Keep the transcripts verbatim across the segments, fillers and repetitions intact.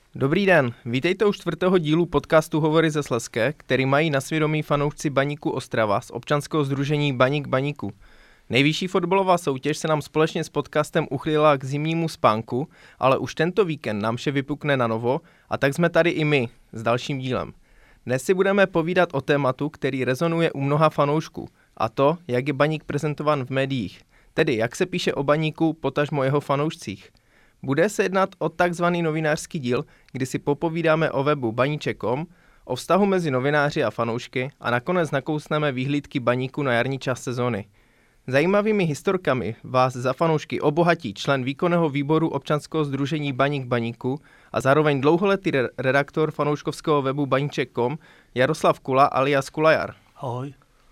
Dobrý den, vítejte u čtvrtého dílu podcastu Hovory ze Slezské, který mají na svědomí fanoušci Baníku Ostrava z občanského sdružení Baník Baníku. Nejvyšší fotbalová soutěž se nám společně s podcastem uchylila k zimnímu spánku, ale už tento víkend nám vše vypukne na novo a tak jsme tady i my s dalším dílem. Dnes si budeme povídat o tématu, který rezonuje u mnoha fanoušků, a to, jak je Baník prezentován v médiích, tedy jak se píše o Baníku, potažmo jeho fanoušcích. Bude se jednat o takzvaný novinářský díl, kdy si popovídáme o webu baníček tečka com, o vztahu mezi novináři a fanoušky a nakonec nakousneme výhlídky Baníku na jarní část sezóny. Zajímavými historkami vás za fanoušky obohatí člen výkonného výboru občanského sdružení Baník Baníku a zároveň dlouholetý re- redaktor fanouškovského webu baníček tečka com Jaroslav Kula alias Kulajar. Ahoj.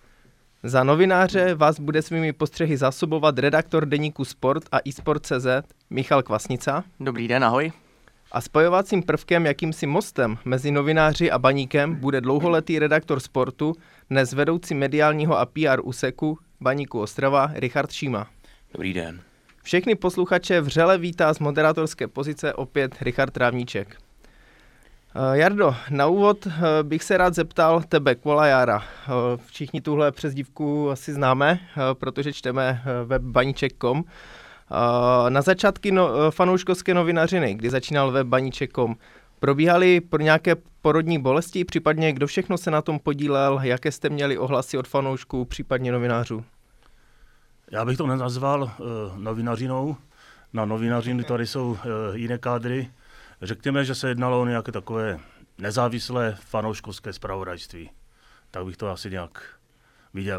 Za novináře vás bude svými postřehy zásobovat redaktor deníku Sport a eSport tečka cé zet Michal Kvasnica. Dobrý den, ahoj. A spojovacím prvkem, jakýmsi mostem mezi novináři a Baníkem, bude dlouholetý redaktor Sportu, dnes vedoucí mediálního a P R úseku Baníku Ostrava Richard Šíma. Dobrý den. Všechny posluchače vřele vítá z moderátorské pozice opět Richard Trávníček. Jardo, na úvod bych se rád zeptal tebe, Kulajára. Všichni tuhle přezdívku asi známe, protože čteme web baníček tečka com. Na začátky no, fanouškovské novinařiny, kdy začínal web baníček tečka com, probíhaly pro nějaké porodní bolesti, případně kdo všechno se na tom podílel, jaké jste měli ohlasy od fanoušků, případně novinářů? Já bych to nenazval uh, novinařinou. Na novinařiny tady jsou uh, jiné kádry. Řekněme, že se jednalo o nějaké takové nezávislé fanouškovské zpravodajství. Tak bych to asi nějak viděl.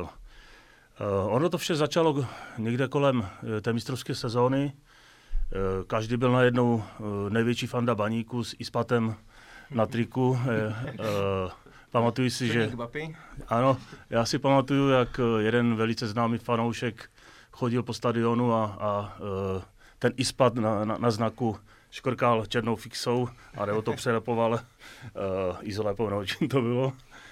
Uh, ono to vše začalo někde kolem uh, té mistrovské sezóny. Uh, každý byl najednou uh, největší fanda Baníku s ispatem na triku. Uh, uh, pamatuju si, že... Ano, já si pamatuju, jak jeden velice známý fanoušek chodil po stadionu a, a uh, ten ispat na, na, na znaku škrkal černou fixou a nebo to přelepoval uh, izolepou, nebo čím to bylo.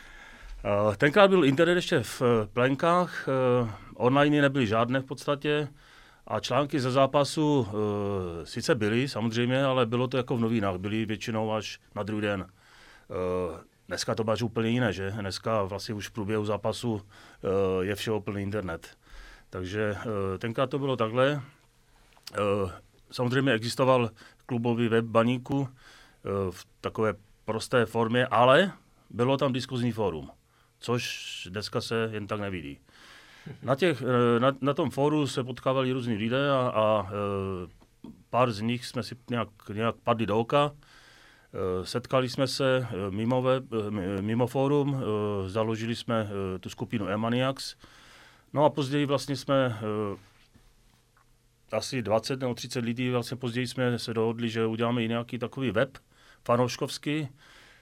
Uh, tenkrát byl internet ještě v uh, plenkách, uh, online nebyly žádné v podstatě a články ze zápasu uh, sice byly samozřejmě, ale bylo to jako v novinách, byly většinou až na druhý den. Uh, dneska to máš úplně jiné, že? Dneska vlastně už v průběhu zápasu uh, je všeho plný internet. Takže uh, tenkrát to bylo takhle. Uh, samozřejmě existoval klubový web Baníku uh, v takové prosté formě, ale bylo tam diskuzní fórum, což dneska se jen tak nevidí. Na, těch, uh, na, na tom fóru se potkávali různí lidé a, a uh, pár z nich jsme si nějak, nějak padli do oka. Uh, setkali jsme se uh, mimo, web, uh, mimo fórum, uh, založili jsme uh, tu skupinu E-Maniacs. No a později vlastně jsme... Uh, asi dvacet nebo třicet lidí, vlastně později jsme se dohodli, že uděláme i nějaký takový web fanouškovský. Uh,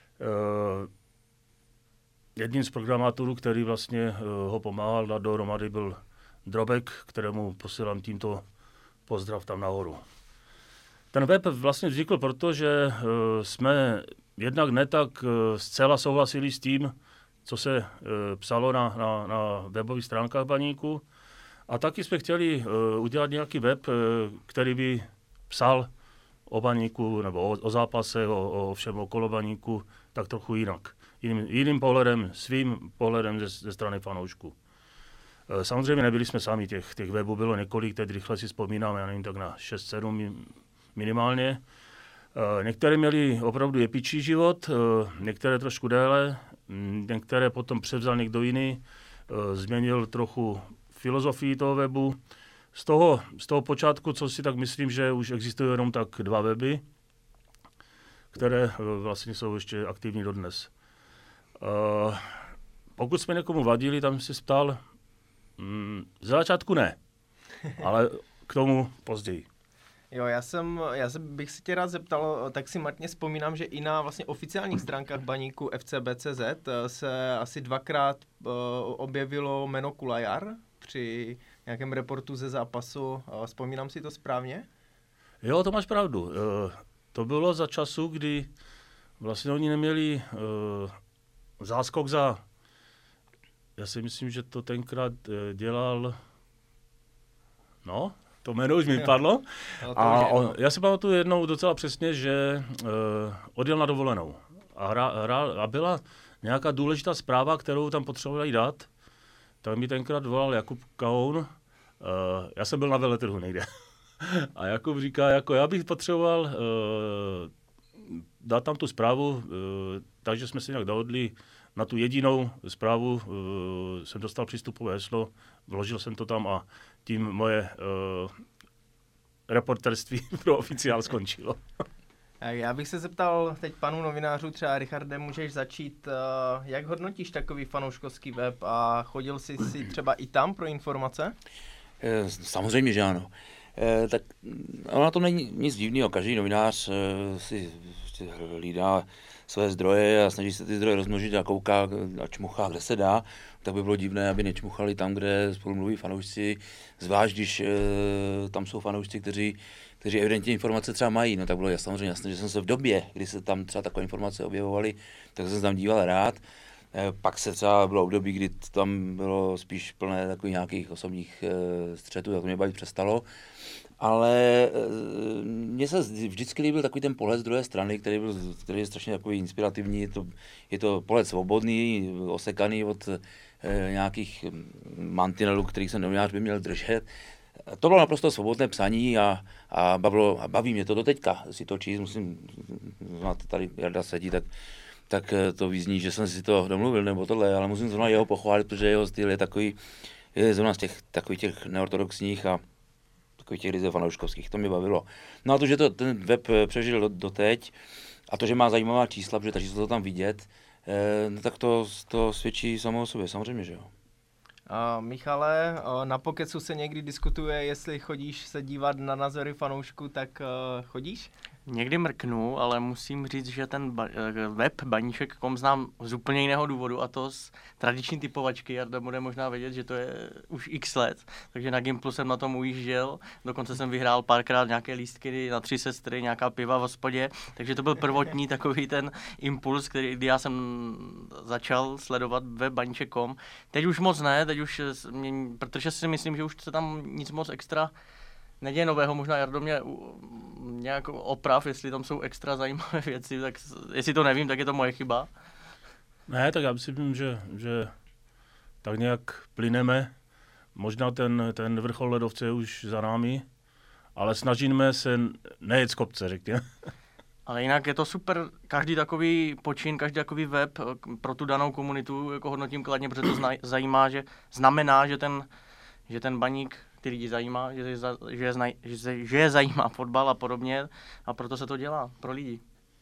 jedním z programátorů, který vlastně uh, ho pomáhal dát dohromady, byl Drobek, kterému posílám tímto pozdrav tam nahoru. Ten web vlastně vznikl proto, že uh, jsme jednak ne tak uh, zcela souhlasili s tím, co se uh, psalo na, na, na webových stránkách Baníku. A taky jsme chtěli uh, udělat nějaký web, uh, který by psal o Baníku nebo o, o zápase, o, o všem okolo Baníku, tak trochu jinak. Jiným, jiným pohledem, svým pohledem ze, ze strany fanoušků. Uh, samozřejmě nebyli jsme sami, těch, těch webů bylo několik, teď rychle si vzpomínám, já nevím, tak na šest sedm minimálně. Uh, některé měli opravdu epičný život, uh, některé trošku déle, některé potom převzal někdo jiný, uh, změnil trochu filozofii toho webu. Z toho, z toho počátku, co si tak myslím, že už existují jenom tak dva weby, které vlastně jsou ještě aktivní dodnes. Uh, pokud jsme někomu vadili, tam si ptal, mm, z začátku ne, ale k tomu později. Jo, já jsem, já se bych si tě rád zeptal, tak si matně vzpomínám, že i na vlastně oficiálních stránkách Baníku F C B tečka cé zet se asi dvakrát uh, objevilo jméno Kulajar při nějakém reportu ze zápasu. Uh, vzpomínám si to správně? Jo, to máš pravdu. Uh, to bylo za času, kdy vlastně oni neměli uh, záskok za... Já si myslím, že to tenkrát uh, dělal... No, to jméno už mi padlo. A on, já si pamatuju jednou docela přesně, že uh, odjel na dovolenou. A, hra, hra, a byla nějaká důležitá zpráva, kterou tam potřebovali dát. Tak mi tenkrát volal Jakub Kahoun. Uh, já jsem byl na veletrhu někde. A Jakub říká, jako já bych potřeboval uh, dát tam tu zprávu, uh, takže jsme si nějak dohodli na tu jedinou zprávu. Uh, jsem dostal přístupové heslo, vložil jsem to tam a tím moje uh, reporterství pro oficiál skončilo. Já bych se zeptal teď panu novinářů, třeba Richarde, můžeš začít, jak hodnotíš takový fanouškovský web a chodil jsi si třeba i tam pro informace? Samozřejmě, že ano. Tak ono na tom není nic divného, každý novinář si hlídá své zdroje a snaží se ty zdroje rozmnožit a kouká a čmuchá, kde se dá, tak by bylo divné, aby nečmuchali tam, kde spolu mluví fanoušci, zvlášť když e, tam jsou fanoušci, kteří, kteří evidentně informace třeba mají, no tak bylo samozřejmě jasné, že jsem se v době, kdy se tam třeba takové informace objevovaly, tak jsem se tam díval rád. E, pak se třeba bylo období, kdy tam bylo spíš plné takových nějakých osobních e, střetů, tak to mě bavit přestalo. Ale mně se vždycky líbil takový ten pohled z druhé strany, který, byl, který je strašně takový inspirativní. Je to, je to pohled svobodný, osekaný od e, nějakých mantinelů, kterých se novinář by měl držet. To bylo naprosto svobodné psaní a, a, bavilo, a baví mě to doteďka. Si to číst, musím, znáte, tady Jarda sedí, tak, tak to vyzní, že jsem si to domluvil nebo tohle, ale musím zrovna jeho pochválit, protože jeho styl je takový, je zrovna z těch takových těch neortodoxních a takových těch ryze fanouškovských, to mě bavilo. No a to, že to ten web přežil do, doteď a to, že má zajímavá čísla, protože ta čísla to tam vidět, eh, no tak to, to svědčí samo o sobě, samozřejmě, že jo. A Michale, na Pokecu se někdy diskutuje, jestli chodíš se dívat na názory fanoušků, tak uh, chodíš? Někdy mrknu, ale musím říct, že ten ba- web baníček tečka com znám z úplně jiného důvodu, a to z tradiční typovačky. Jarda bude možná vědět, že to je už x let, takže na Gimplu jsem na tom ujížděl, dokonce jsem vyhrál párkrát nějaké lístky na tři sestry, nějaká piva v hospodě, takže to byl prvotní takový ten impuls, který, kdy já jsem začal sledovat web baníček tečka com. Teď už moc ne, teď už, protože si myslím, že už se tam nic moc extra neděje nového, možná Jardo mě nějak oprav, jestli tam jsou extra zajímavé věci, tak jestli to nevím, tak je to moje chyba. Ne, tak já myslím, že, že tak nějak plyneme. Možná ten, ten vrchol ledovce je už za námi, ale snažíme se nejet z kopce, řekněme. Ale jinak je to super, každý takový počin, každý takový web pro tu danou komunitu jako hodnotím kladně, protože to zna, zajímá, že znamená, že ten, že ten baník ty lidi zajímá, že je, že, je, že, že je zajímá fotbal a podobně, a proto se to dělá pro lidi.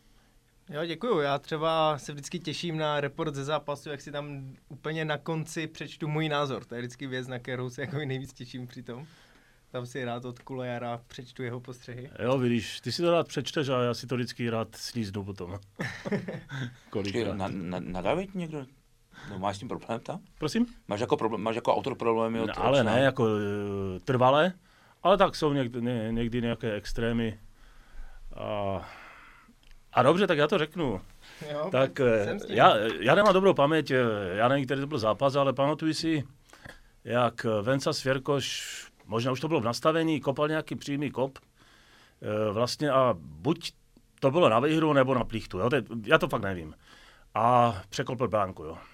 Jo, děkuju. Já třeba se vždycky těším na report ze zápasu, jak si tam úplně na konci přečtu můj názor. To je vždycky věc, na kterou se jako nejvíc těším přitom. Tam si rád od Kulejara přečtu jeho postřehy. Jo, vidíš, ty si to rád přečteš a já si to vždycky rád slíznu potom. Kolikrát. Na, na, nadávej ti někdo? No, máš s tím problém tam? Prosím? Máš jako, problém, máš jako autor problémy? Od, no, ale ne, jako uh, trvalé, ale tak jsou někdy, ně, někdy nějaké extrémy. A, a dobře, tak já to řeknu. Jo, tak já, já nemám dobrou paměť, já nevím, který to byl zápas, ale pamatuju si, jak Venca Svěrkoš, možná už to bylo v nastavení, kopal nějaký přímý kop, uh, vlastně a buď to bylo na výhru, nebo na plichtu, jo, to je, já to fakt nevím. A překlopil bránku, jo.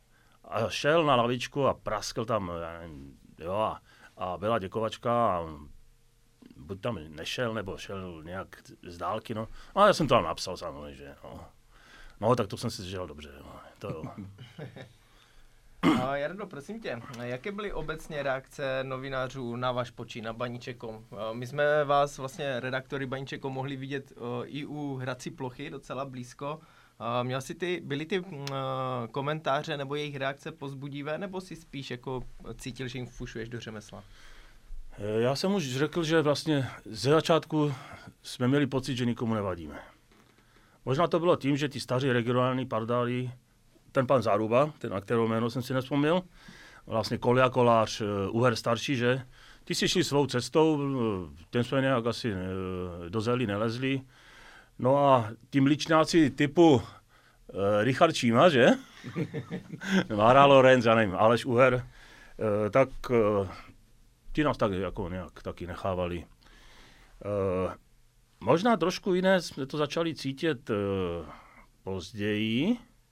A šel na lavičku a praskl tam, jo, a, a byla děkovačka a buď tam nešel, nebo šel nějak z dálky, no. A já jsem to tam napsal samozřejmě, že no. No, tak to jsem si žil dobře, jo. To jo. A Jardo, prosím tě, jaké byly obecně reakce novinářů na váš počin na baníček tečka com? My jsme vás, vlastně redaktory baníček tečka com, mohli vidět i u hrací plochy docela blízko. Měl jsi ty, byly ty uh, komentáře nebo jejich reakce povzbudivé, nebo si spíš jako cítil, že jim fušuješ do řemesla? Já jsem už řekl, že vlastně ze začátku jsme měli pocit, že nikomu nevadíme. Možná to bylo tím, že ti staří regionální pardáli, ten pan Záruba, ten, na kterého jméno jsem si nespomněl, vlastně Kolja Kolář, Uher starší, že? Ti si šli svou cestou, ten jsme nějak asi do zelí nelezli. No a ti mličnáci typu uh, Richard Číma, že? Mára Lorenz, já nevím, Aleš Uher, uh, tak uh, ti nás tak jako nějak taky nechávali. Uh, možná trošku jiné jsme to začali cítit uh, později,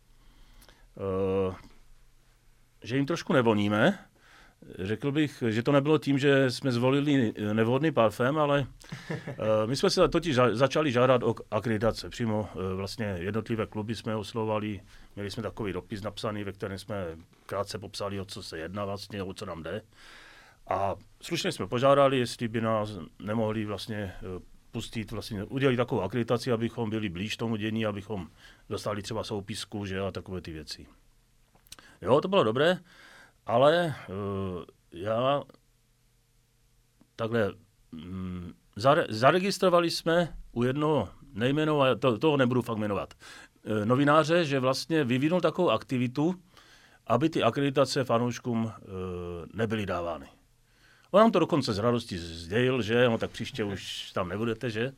uh, že jim trošku nevoníme. Řekl bych, že to nebylo tím, že jsme zvolili nevhodný parfém, ale uh, my jsme se totiž za, začali žádat o akreditace. Přímo uh, vlastně jednotlivé kluby jsme oslovali, měli jsme takový dopis napsaný, ve kterém jsme krátce popsali, o co se jedná vlastně, o co nám jde. A slušně jsme požádali, jestli by nás nemohli vlastně uh, pustit, vlastně udělat takovou akreditaci, abychom byli blíž tomu dění, abychom dostali třeba soupisku, že a takové ty věci. Jo, to bylo dobré. Ale uh, já takhle um, zare, zaregistrovali jsme u jednoho nejmenova, to, toho nebudu fakt jmenovat, uh, novináře, že vlastně vyvinul takovou aktivitu, aby ty akreditace fanouškům uh, nebyly dávány. On nám to dokonce z radosti sdělil, že no tak příště už tam nebudete, že?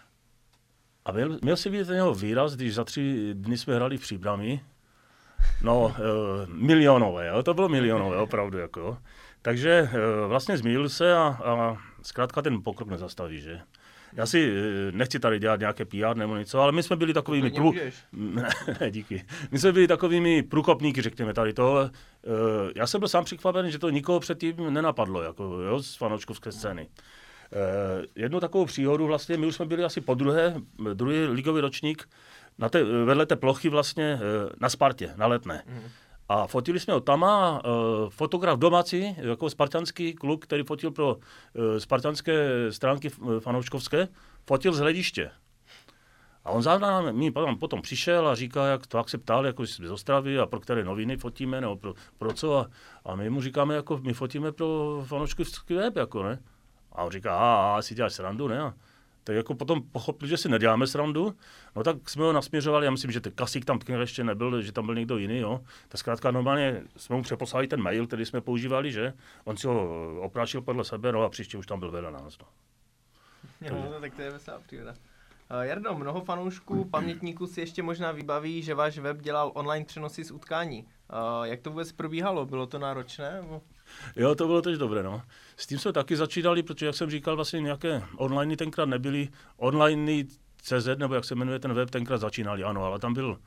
A měl, měl si vidět ten jeho výraz, když za tři dny jsme hrali v Příbrami. No, uh, milionové, jo? To bylo milionové, opravdu. Jako, jo? Takže uh, vlastně zmýlil se a, a zkrátka ten pokrok nezastaví, že? Já si uh, nechci tady dělat nějaké P R nebo něco, ale my jsme byli takovými... Prů... Ne, ne, díky. My jsme byli takovými průkopníky, řekněme tady to. Uh, já jsem byl sám překvapený, že to nikoho předtím nenapadlo, jako, jo, z fanouškovské scény. Uh, jednu takovou příhodu vlastně, my už jsme byli asi po druhé, druhý ligový ročník, na té, vedle té plochy vlastně na Spartě, na Letné. Mm. A fotili jsme ho tam a uh, fotograf domácí, jako spartanský kluk, který fotil pro uh, spartanské stránky fanouškovské, fotil z hlediště. A on za námi potom, potom přišel a říká, jak to jak se ptal, jako z Ostravy a pro které noviny fotíme, nebo pro, pro co. A, a my mu říkáme, jako my fotíme pro fanouškovský web, jako ne. A on říká, a, a si děláš srandu, ne. A tak jako potom pochopili, že si neděláme srandu, no tak jsme ho nasměřovali, já myslím, že ten Kasík tam ještě nebyl, že tam byl někdo jiný, jo. Tak zkrátka normálně jsme mu přeposlali ten mail, který jsme používali, že on si ho oprášil podle sebe, no a příště už tam byl vedle nás, no. Jo, no, tak to je veselá příhoda. Uh, Jardo, mnoho fanoušků, pamětníků si ještě možná vybaví, že váš web dělal online přenosy z utkání. Uh, jak to vůbec probíhalo? Bylo to náročné? Nebo? Jo, to bylo tež dobré, no. S tím jsme taky začínali, protože, jak jsem říkal, vlastně nějaké online tenkrát nebyly. Online C Z, nebo jak se jmenuje ten web, tenkrát začínali, ano, ale tam byl, uh,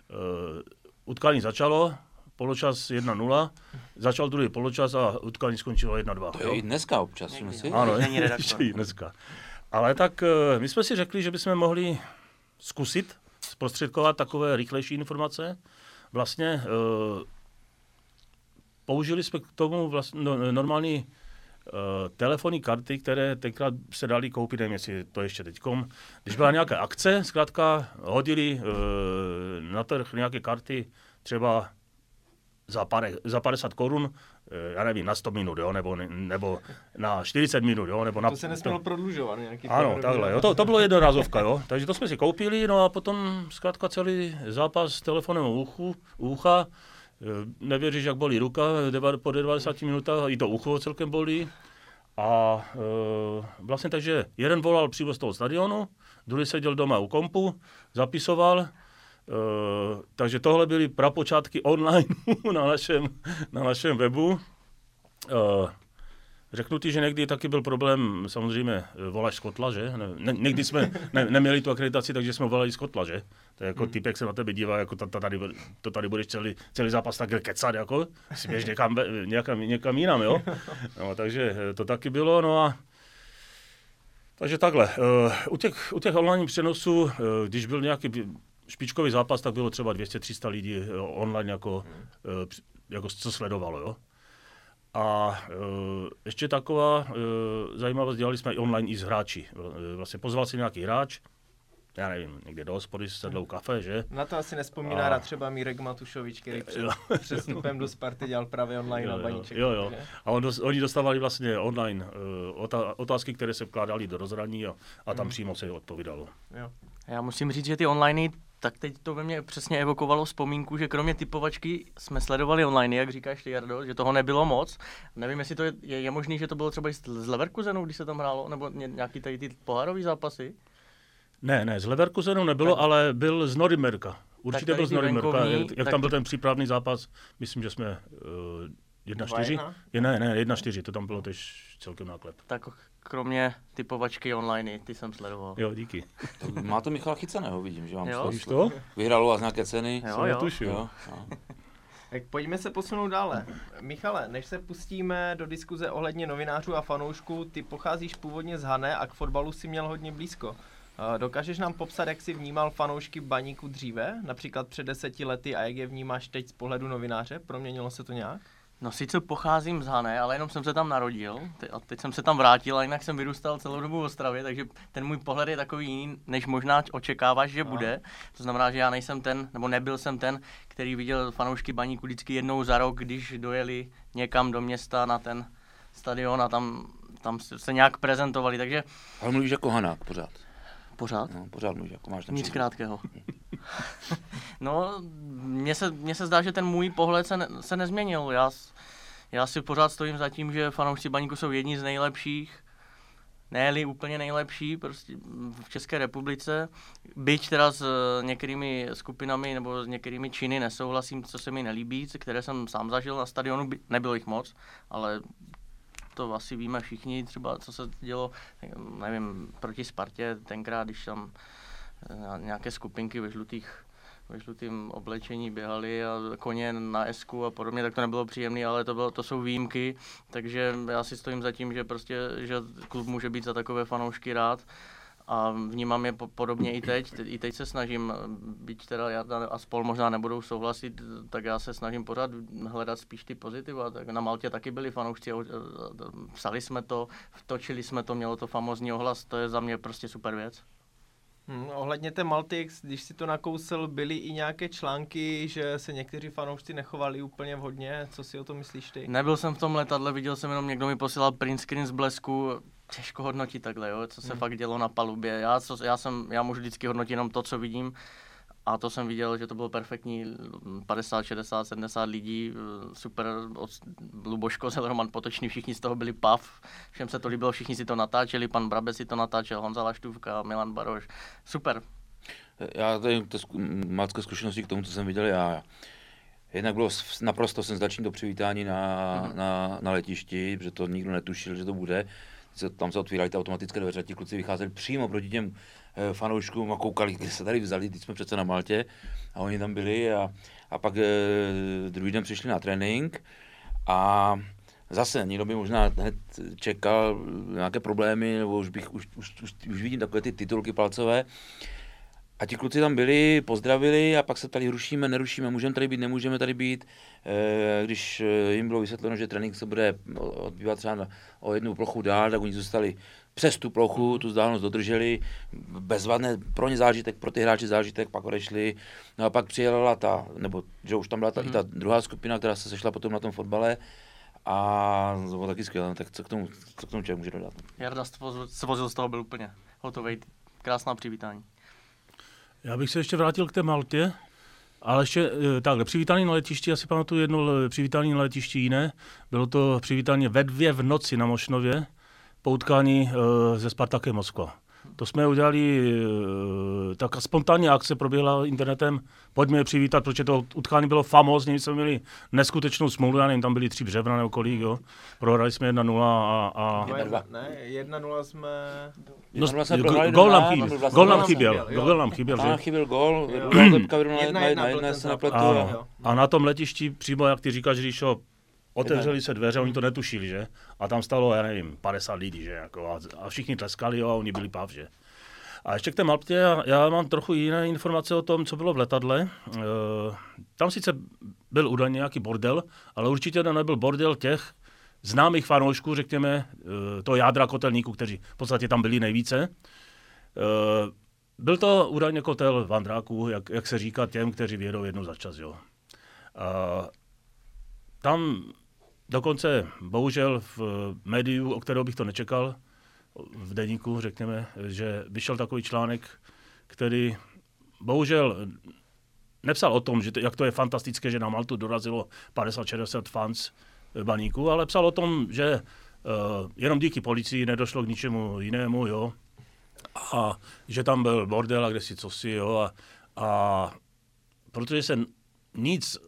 utkání začalo, poločas jedna nula, začal druhý poločas a utkání skončilo jedna dva. To je jo? I dneska občas, si? Ano, ještě i dneska. Ale tak uh, my jsme si řekli, že bychom mohli zkusit zprostředkovat takové rychlejší informace. Vlastně uh, použili jsme k tomu vlastně no, normální uh, telefonní karty, které tenkrát se dali koupit, nevím, jestli to ještě teďkom. Když byla nějaká akce, zkrátka hodili uh, na trh nějaké karty třeba za, pare, za padesát korun, uh, já nevím, na sto minut, jo, nebo, nebo na čtyřicet minut, jo, nebo na... To se nesmělo to... prodlužovat nějaký... Ano, takhle, jo, to, to bylo jednorázovka, jo, takže to jsme si koupili, no a potom zkrátka celý zápas s telefonem u uchu, u ucha. Nevěříš, jak bolí ruka, po devadesáti minutách i to ucho celkem bolí. A e, vlastně takže jeden volal přímo z toho stadionu, druhý seděl doma u kompu, zapisoval. E, takže tohle byly prapočátky online na našem, na našem webu. E, Řeknu ti, že někdy taky byl problém, samozřejmě voláš z kotla, že? Ne, někdy jsme ne, neměli tu akreditaci, takže jsme volali z kotla, že? To je jako typek se na tebe dívá, jako to tady, to tady budeš celý, celý zápas takhle kecat, jako si běž někam, někam, někam jinam, jo? No, takže to taky bylo, no a takže takhle. U těch, u těch online přenosů, když byl nějaký špičkový zápas, tak bylo třeba dvě stě tři sta lidí online, jako, jako co sledovalo, jo? A e, ještě taková e, zajímavost, dělali jsme i online i s hráči. E, vlastně pozval si nějaký hráč, já nevím, někde do hospody s sedlou kafe, že? Na to asi nevzpomíná a... třeba Mírek Matušovič, který před přestupem do Sparty dělal právě online jo, na Baníček. Jo, jo. A on dos, oni dostávali vlastně online uh, otázky, které se vkládaly do rozhraní a, a tam hmm. přímo se odpovídalo. Jo. Já musím říct, že ty online, tak teď to ve mně přesně evokovalo vzpomínku, že kromě typovačky jsme sledovali online, jak říkáš ty, Jardo, že toho nebylo moc. Nevím, jestli to je, je, je možný, že to bylo třeba i z Leverkusenu, když se tam hrálo, nebo nějaký tady ty pohárový zápasy. Ne, ne, z Leverkusenu nebylo, tak, ale byl z Norimberka. Určitě byl z Norimberka. Jak tak... tam byl ten přípravný zápas, myslím, že jsme uh, jedna čtyři? Je, ne, ne, jedna čtyři, to tam bylo tež celkem náklep. Tak kromě typovačky online, ty jsem sledoval. Jo, díky. Má to Michal chyceného, vidím, že vám jo, to? Vyhrál vás nějaké ceny. Jo, jo. jo. jo. Tak pojďme se posunout dále. Michale, než se pustíme do diskuze ohledně novinářů a fanoušků, ty pocházíš původně z Hané a k fotbalu si měl hodně blízko. Dokážeš nám popsat, jak jsi vnímal fanoušky Baníku dříve, například před deseti lety, a jak je vnímáš teď z pohledu novináře? Proměnilo se to nějak? No sice pocházím z Hané, ale jenom jsem se tam narodil a teď jsem se tam vrátil a jinak jsem vyrůstal celou dobu v Ostravě, takže ten můj pohled je takový jiný, než možná očekáváš, že bude. To znamená, že já nejsem ten, nebo nebyl jsem ten, který viděl fanoušky Baníku vždycky jednou za rok, když dojeli někam do města na ten stadion a tam, tam se nějak prezentovali, takže... Ale mluvíš jako Hanák pořád. Pořád? No, pořád mluvíš, jako máš tam Nic krátkého. No, mně se, mně se zdá, že ten můj pohled se, ne, se nezměnil. Já, já si pořád stojím za tím, že fanoušci Baníku jsou jedni z nejlepších, ne-li úplně nejlepší prostě v České republice. Byť teda s některými skupinami nebo s některými činy nesouhlasím, co se mi nelíbí, které jsem sám zažil na stadionu, nebylo jich moc, ale to asi víme všichni, třeba co se dělo, nevím, proti Spartě tenkrát, když tam nějaké skupinky ve žlutých ve žlutým oblečení běhali a koně na esku a podobně, tak to nebylo příjemné, ale to, bylo, to jsou výjimky, takže já si stojím za tím, že prostě, že klub může být za takové fanoušky rád a vnímám je po, podobně i teď. I teď se snažím, byť teda Jarda a spol možná nebudou souhlasit, tak já se snažím pořád hledat spíš ty pozitiva. Tak na Maltě taky byli fanoušci, psali jsme to, točili jsme to, mělo to famózní ohlas, to je za mě prostě super věc. Hmm, ohledně té Malty, když si to nakousl, byly i nějaké články, že se někteří fanoušci nechovali úplně vhodně. Co si o tom myslíš ty? Nebyl jsem v tom letadle, viděl jsem jenom, někdo mi posílal print screen z Blesku. Těžko hodnotit takhle, jo, co se hmm. fakt dělo na palubě. Já, co, já, jsem, já můžu vždycky hodnotit jenom to, co vidím. A to jsem viděl, že to bylo perfektní, padesát, šedesát, sedmdesát lidí, super, od Luboško, Roman Potočný, všichni z toho byli pav, všem se to líbilo, všichni si to natáčeli, pan Brabec si to natáčel, Honza Laštůvka, Milan Baroš, super. Já tady to maltské zkušenosti k tomu, co jsem viděl já. Jednak bylo naprosto senzační to přivítání na, mm-hmm. na, na letišti, protože to nikdo netušil, že to bude. Tam se otvíraly ty automatické dveře a ti kluci vycházeli přímo proti těm fanouškům a koukali, kde se tady vzali, teď jsme přece na Maltě a oni tam byli a, a pak e, druhý den přišli na trénink a zase někdo by možná hned čekal nějaké problémy, nebo už, bych, už, už, už, už vidím takové ty titulky palcové. A ti kluci tam byli, pozdravili a pak se tady rušíme, nerušíme, můžeme tady být, nemůžeme tady být. E, když jim bylo vysvětleno, že trénink se bude odbývat třeba o jednu plochu dál, tak oni zůstali přes tu plochu, tu vzdálenost dodrželi, bezvadné pro ně zážitek, pro ty hráči zážitek, pak odešli. No a pak přijela ta, nebo že už tam byla ta, mm. i ta druhá skupina, která se sešla potom na tom fotbale. A to bylo taky skvělé, tak co k tomu, co k tomu člověk může dodat? Jarda se vozil z toho, byl úplně hotový, krásná přivítání. Já bych se ještě vrátil k té Maltě, ale ještě takhle, přivítání na letišti, já si pamatuju jedno přivítání na letišti jiné, bylo to přivítání ve dvě v noci na Mošnově, po utkání e, ze Spartakem Moskva. To jsme udělali, e, tak spontánní akce proběhla internetem, pojďme je přivítat, protože to utkání bylo famózní, my jsme měli neskutečnou smůlu, já nevím, tam byli tři břevna nebo kolik, jo. Prohrali jsme jedna nula a... a... jedna, ne, jedna nula jsme... No, gól nám chyběl, gól nám chyběl, gól nám chyběl, že? chyběl gól, jedna jedna se napletu. A na tom letišti přímo, jak ty říkáš, Ríšo, otevřeli se dveře, oni to netušili, že? A tam stalo, já nevím, padesát lidí, že? Jako, a, a všichni tleskali, jo, a oni byli pav, že? A ještě k té Maltě, já, já mám trochu jiné informace o tom, co bylo v letadle. E, tam sice byl údajně nějaký bordel, ale určitě to nebyl bordel těch známých fanoušků, řekněme, e, toho jádra kotelníků, kteří v podstatě tam byli nejvíce. E, byl to údajně kotel vandráků, jak, jak se říká těm, kteří vědou jednou za čas, jo. E, tam dokonce, bohužel v médiu, o kterého bych to nečekal, v deníku, řekněme, že vyšel takový článek, který bohužel nepsal o tom, že to, jak to je fantastické, že na Maltu dorazilo padesát šedesát fans Baníku, ale psal o tom, že uh, jenom díky policii nedošlo k ničemu jinému, jo, a že tam byl bordel a kde si cosi, jo, a, a protože se nic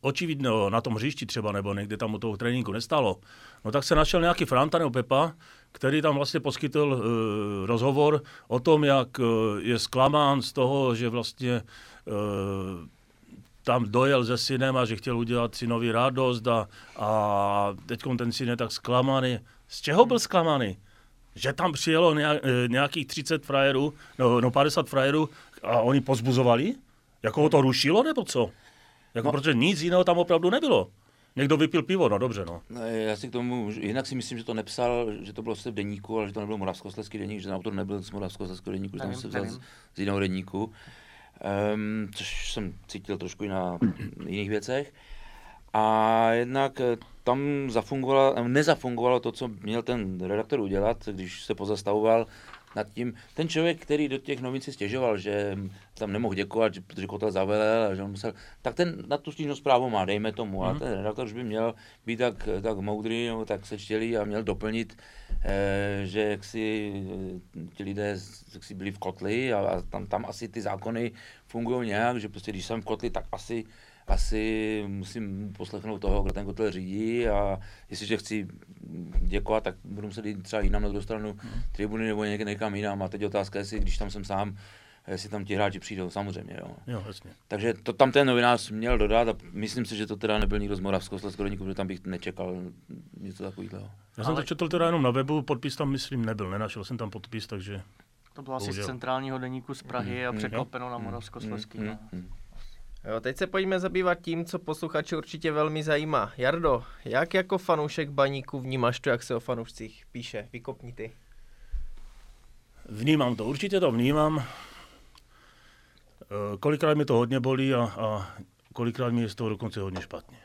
očividného na tom hřišti třeba, nebo někde tam u toho tréninku nestalo, no tak se našel nějaký Franta nebo Pepa, který tam vlastně poskytl uh, rozhovor o tom, jak uh, je zklamán z toho, že vlastně uh, tam dojel se synem a že chtěl udělat synovi radost a, a teď ten syn je tak zklamaný. Z čeho byl zklamaný? Že tam přijelo nějakých třicet frajerů, no, no padesát frajerů a oni pozbuzovali? Jako ho to rušilo, nebo co? Jako, no. Protože nic jiného tam opravdu nebylo. Někdo vypil pivo, no dobře, no. no. Já si k tomu, jinak si myslím, že to nepsal, že to bylo v deníku, ale že to nebylo Moravskoslezský deník, že ten autor nebyl z Moravskoslezského deníku, že tam se vzal z, z jiného deníku. Um, což jsem cítil trošku i na jiných věcech. A jednak tam zafungovalo, nezafungovalo to, co měl ten redaktor udělat, když se pozastavoval nad tím. Ten člověk, který do těch novin si stěžoval, že tam nemohl děkovat, protože Kotel zavelel, že on musel, tak ten na tu stížnost právo má, dejme tomu, mm. ale ten redaktor už by měl být tak, tak moudrý, no, tak sečtělý a měl doplnit, eh, že jak si ti lidé jak si byli v kotli a, a tam, tam asi ty zákony fungují nějak, že prostě když jsem v kotli, tak asi asi musím poslechnout toho, kdo ten kotel řídí a jestliže chci děkovat, tak budu muset jít třeba jinam na druhou stranu tribuny nebo někde někam jinam. A teď otázka, jestli když tam jsem sám, jestli tam ti hráči přijdou, samozřejmě. Jo. Jo, jasně. Takže to tam ten novinář měl dodat a myslím si, že to teda nebyl nikdo z Moravskoslezského deníku, protože tam bych nečekal něco takového. Já jsem Ale... to četl teda jenom na webu, podpis tam myslím nebyl, nenašel jsem tam podpis, takže... To bylo asi z centrálního deníku z Prahy mm, a překlopeno mm, na Moravskoslezský. Mm, mm, Jo, teď se pojďme zabývat tím, co posluchače určitě velmi zajímá. Jardo, jak jako fanoušek Baníku vnímáš to, jak se o fanoušcích píše? Vykopni ty. Vnímám to, určitě to vnímám. Kolikrát mi to hodně bolí a, a kolikrát mi je z toho dokonce hodně špatně.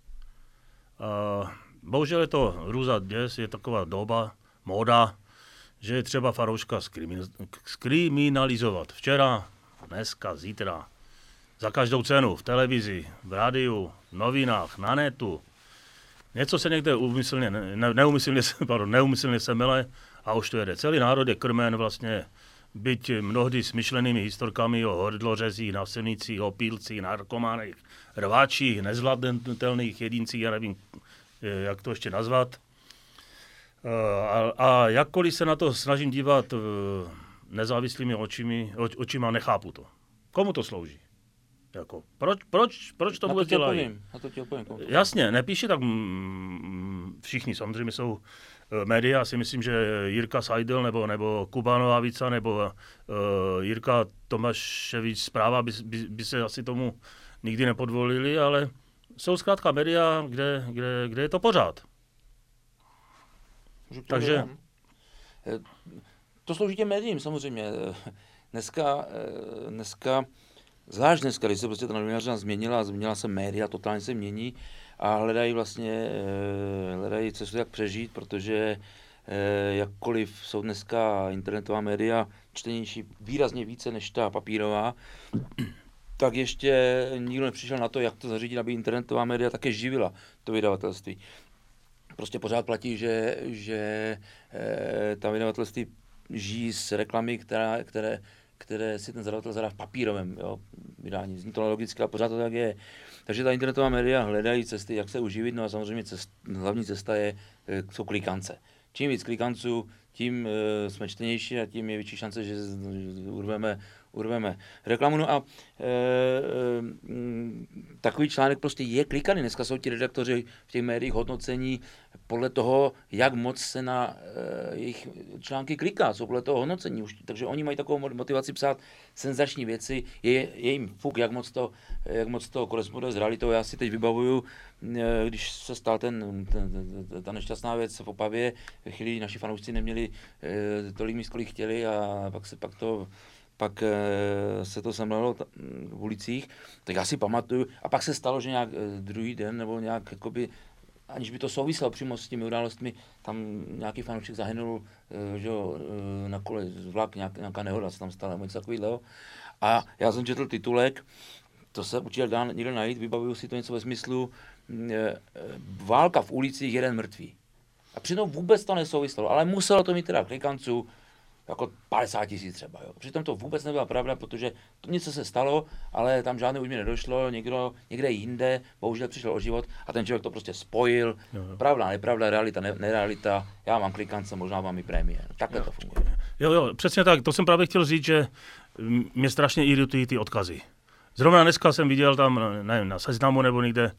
A bohužel je to hrůza děs, je taková doba, móda, že je třeba fanouška skriminalizovat. Včera, dneska, zítra. Za každou cenu, v televizi, v rádiu, v novinách, na netu. Něco se někde umyslně, ne, neumyslně, pardon, neumyslně semele a už to jede. Celý národ je krmen vlastně, byť mnohdy smyšlenými historkami o hordlořezích, násilnicích, opílcích, narkománech, rváčích, nezvládnutelných jedincích, já nevím, jak to ještě nazvat. A, a jakkoliv se na to snažím dívat nezávislými očimi, oč, očima, nechápu to. Komu to slouží? Jako, proč, proč, proč to vůbec dělají? Jasně, nepíši tak mm, všichni, samozřejmě jsou uh, média, si myslím, že Jirka Seidel nebo, nebo Kuba Nohavica nebo uh, Jirka Tomáševič Zpráva by, by, by se asi tomu nikdy nepodvolili, ale jsou zkrátka média, kde, kde, kde je to pořád. Takže... To slouží těm médiím samozřejmě. Dneska, dneska Zvlášť dneska, když se prostě ta novinářina změnila, změnila se média, totálně se mění a hledají vlastně, hledají cestu, jak přežít, protože jakkoliv jsou dneska internetová média čtenější výrazně více než ta papírová, tak ještě nikdo nepřišel na to, jak to zařídit, aby internetová média také živila to vydavatelství. Prostě pořád platí, že, že ta vydavatelství žijí z reklamy, která, které které si ten zadavatel zadá v papírovém jo, vydání. Zní to logicky, ale pořád to tak je. Takže ta internetová média hledají cesty, jak se uživit, no a samozřejmě cest, hlavní cesta je, jsou klikance. Čím víc klikanců, tím uh, jsme čtenější a tím je větší šance, že urveme, urveme reklamu. No a e, e, takový článek prostě je klikaný. Dneska jsou ti redaktoři v těch médiích hodnocení podle toho, jak moc se na e, jejich články kliká. Jsou podle toho hodnocení už. Takže oni mají takovou motivaci psát senzační věci. Je, je jim fuk, jak moc to, jak moc to koresponduje s realitou. Já si teď vybavuju, e, když se stal ten, ten, ten, ta nešťastná věc v Opavě, ve chvíli naši fanoušci neměli e, tolik míst, kolik chtěli a pak se pak to pak e, se to semlelo t- v ulicích, tak já si pamatuju. A pak se stalo, že nějak e, druhý den, nebo nějak, jakoby, aniž by to souviselo přímo s těmi událostmi, tam nějaký fanoušek zahynul e, že, e, na kole vlak, nějak, nějaká nehoda se tam stala, něco takového. A já jsem četl titulek, to se určitě dá někde najít, vybavuju si to něco ve smyslu e, e, válka v ulicích, jeden mrtvý. A přitom vůbec to nesouviselo, ale muselo to mít teda klikanců, jako padesát tisíc třeba. Jo. Přitom to vůbec nebyla pravda, protože to něco se stalo, ale tam žádné újmě nedošlo, někdo, někde jinde, bohužel přišel o život a ten člověk to prostě spojil. Jo, jo. Pravda, nepravda, realita, ne, nerealita, já mám klikance, možná mám i prémie. No, takhle jo. to funguje. Jo, jo, přesně tak, to jsem právě chtěl říct, že mě strašně iritují ty odkazy. Zrovna dneska jsem viděl tam, nevím, na Seznamu nebo někde,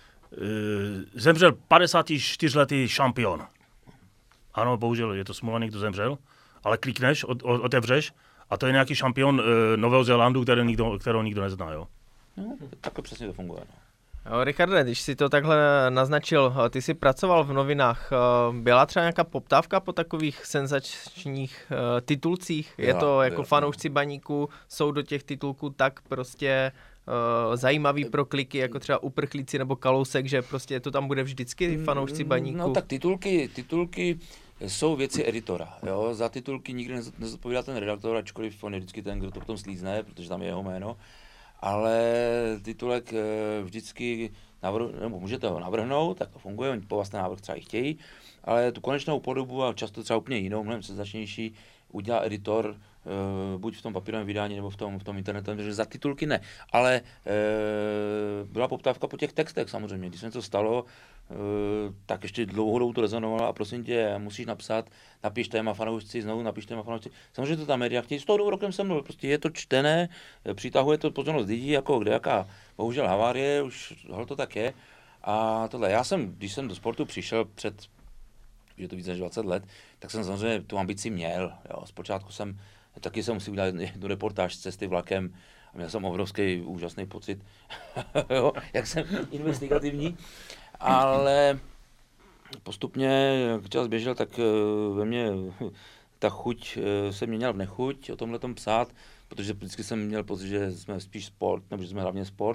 zemřel padesátičtyřletý šampion. Ano, bohužel je to smůla, někdo zemřel, ale klikneš, otevřeš a to je nějaký šampion Nového Zélandu, který nikdo, kterého nikdo nezná, jo. No, takhle přesně to funguje, no. Jo, Richarde, když si to takhle naznačil, ty jsi pracoval v novinách, byla třeba nějaká poptávka po takových senzačních titulcích? Je to jako fanoušci Baníku, jsou do těch titulků tak prostě uh, zajímavý pro kliky, jako třeba Uprchlíci nebo Kalousek, že prostě to tam bude vždycky fanoušci Baníku? No tak titulky, titulky jsou věci editora, jo, za titulky nikdy nezodpovídá ten redaktor, ačkoliv on je vždycky ten, kdo to potom slízne, protože tam je jeho jméno. Ale titulek vždycky navrh, nebo můžete ho navrhnout, tak to funguje, oni po vás ten návrh třeba i chtějí, ale tu konečnou podobu a často třeba úplně jinou, mnohem senzačnější, udělá editor, e, buď v tom papírovém vydání nebo v tom, v tom internetovém, takže za titulky ne. Ale e, byla poptávka po těch textech samozřejmě, když se něco stalo, e, tak ještě dlouhodobou to rezonovalo a prosím tě, musíš napsat, napiš téma fanoušci, znovu napiš téma fanoušci. Samozřejmě to ta média chtějí, s tou rokem jsem mluvil, prostě je to čtené, přitahuje to pozornost lidí, jako kde jaká, bohužel havárie, už to tak je. A tohle, já jsem, když jsem do sportu přišel před, je to více než dvacet let, tak jsem samozřejmě tu ambici měl. Jo. Zpočátku jsem, taky jsem musel udělat jednu reportáž z cesty vlakem a měl jsem obrovský, úžasný pocit, jo, jak jsem investigativní, ale postupně, jak čas běžel, tak ve mně ta chuť se měnila v nechuť o tomhletom psát, protože vždycky jsem měl pocit, že jsme spíš sport, nebo že jsme hlavně sport.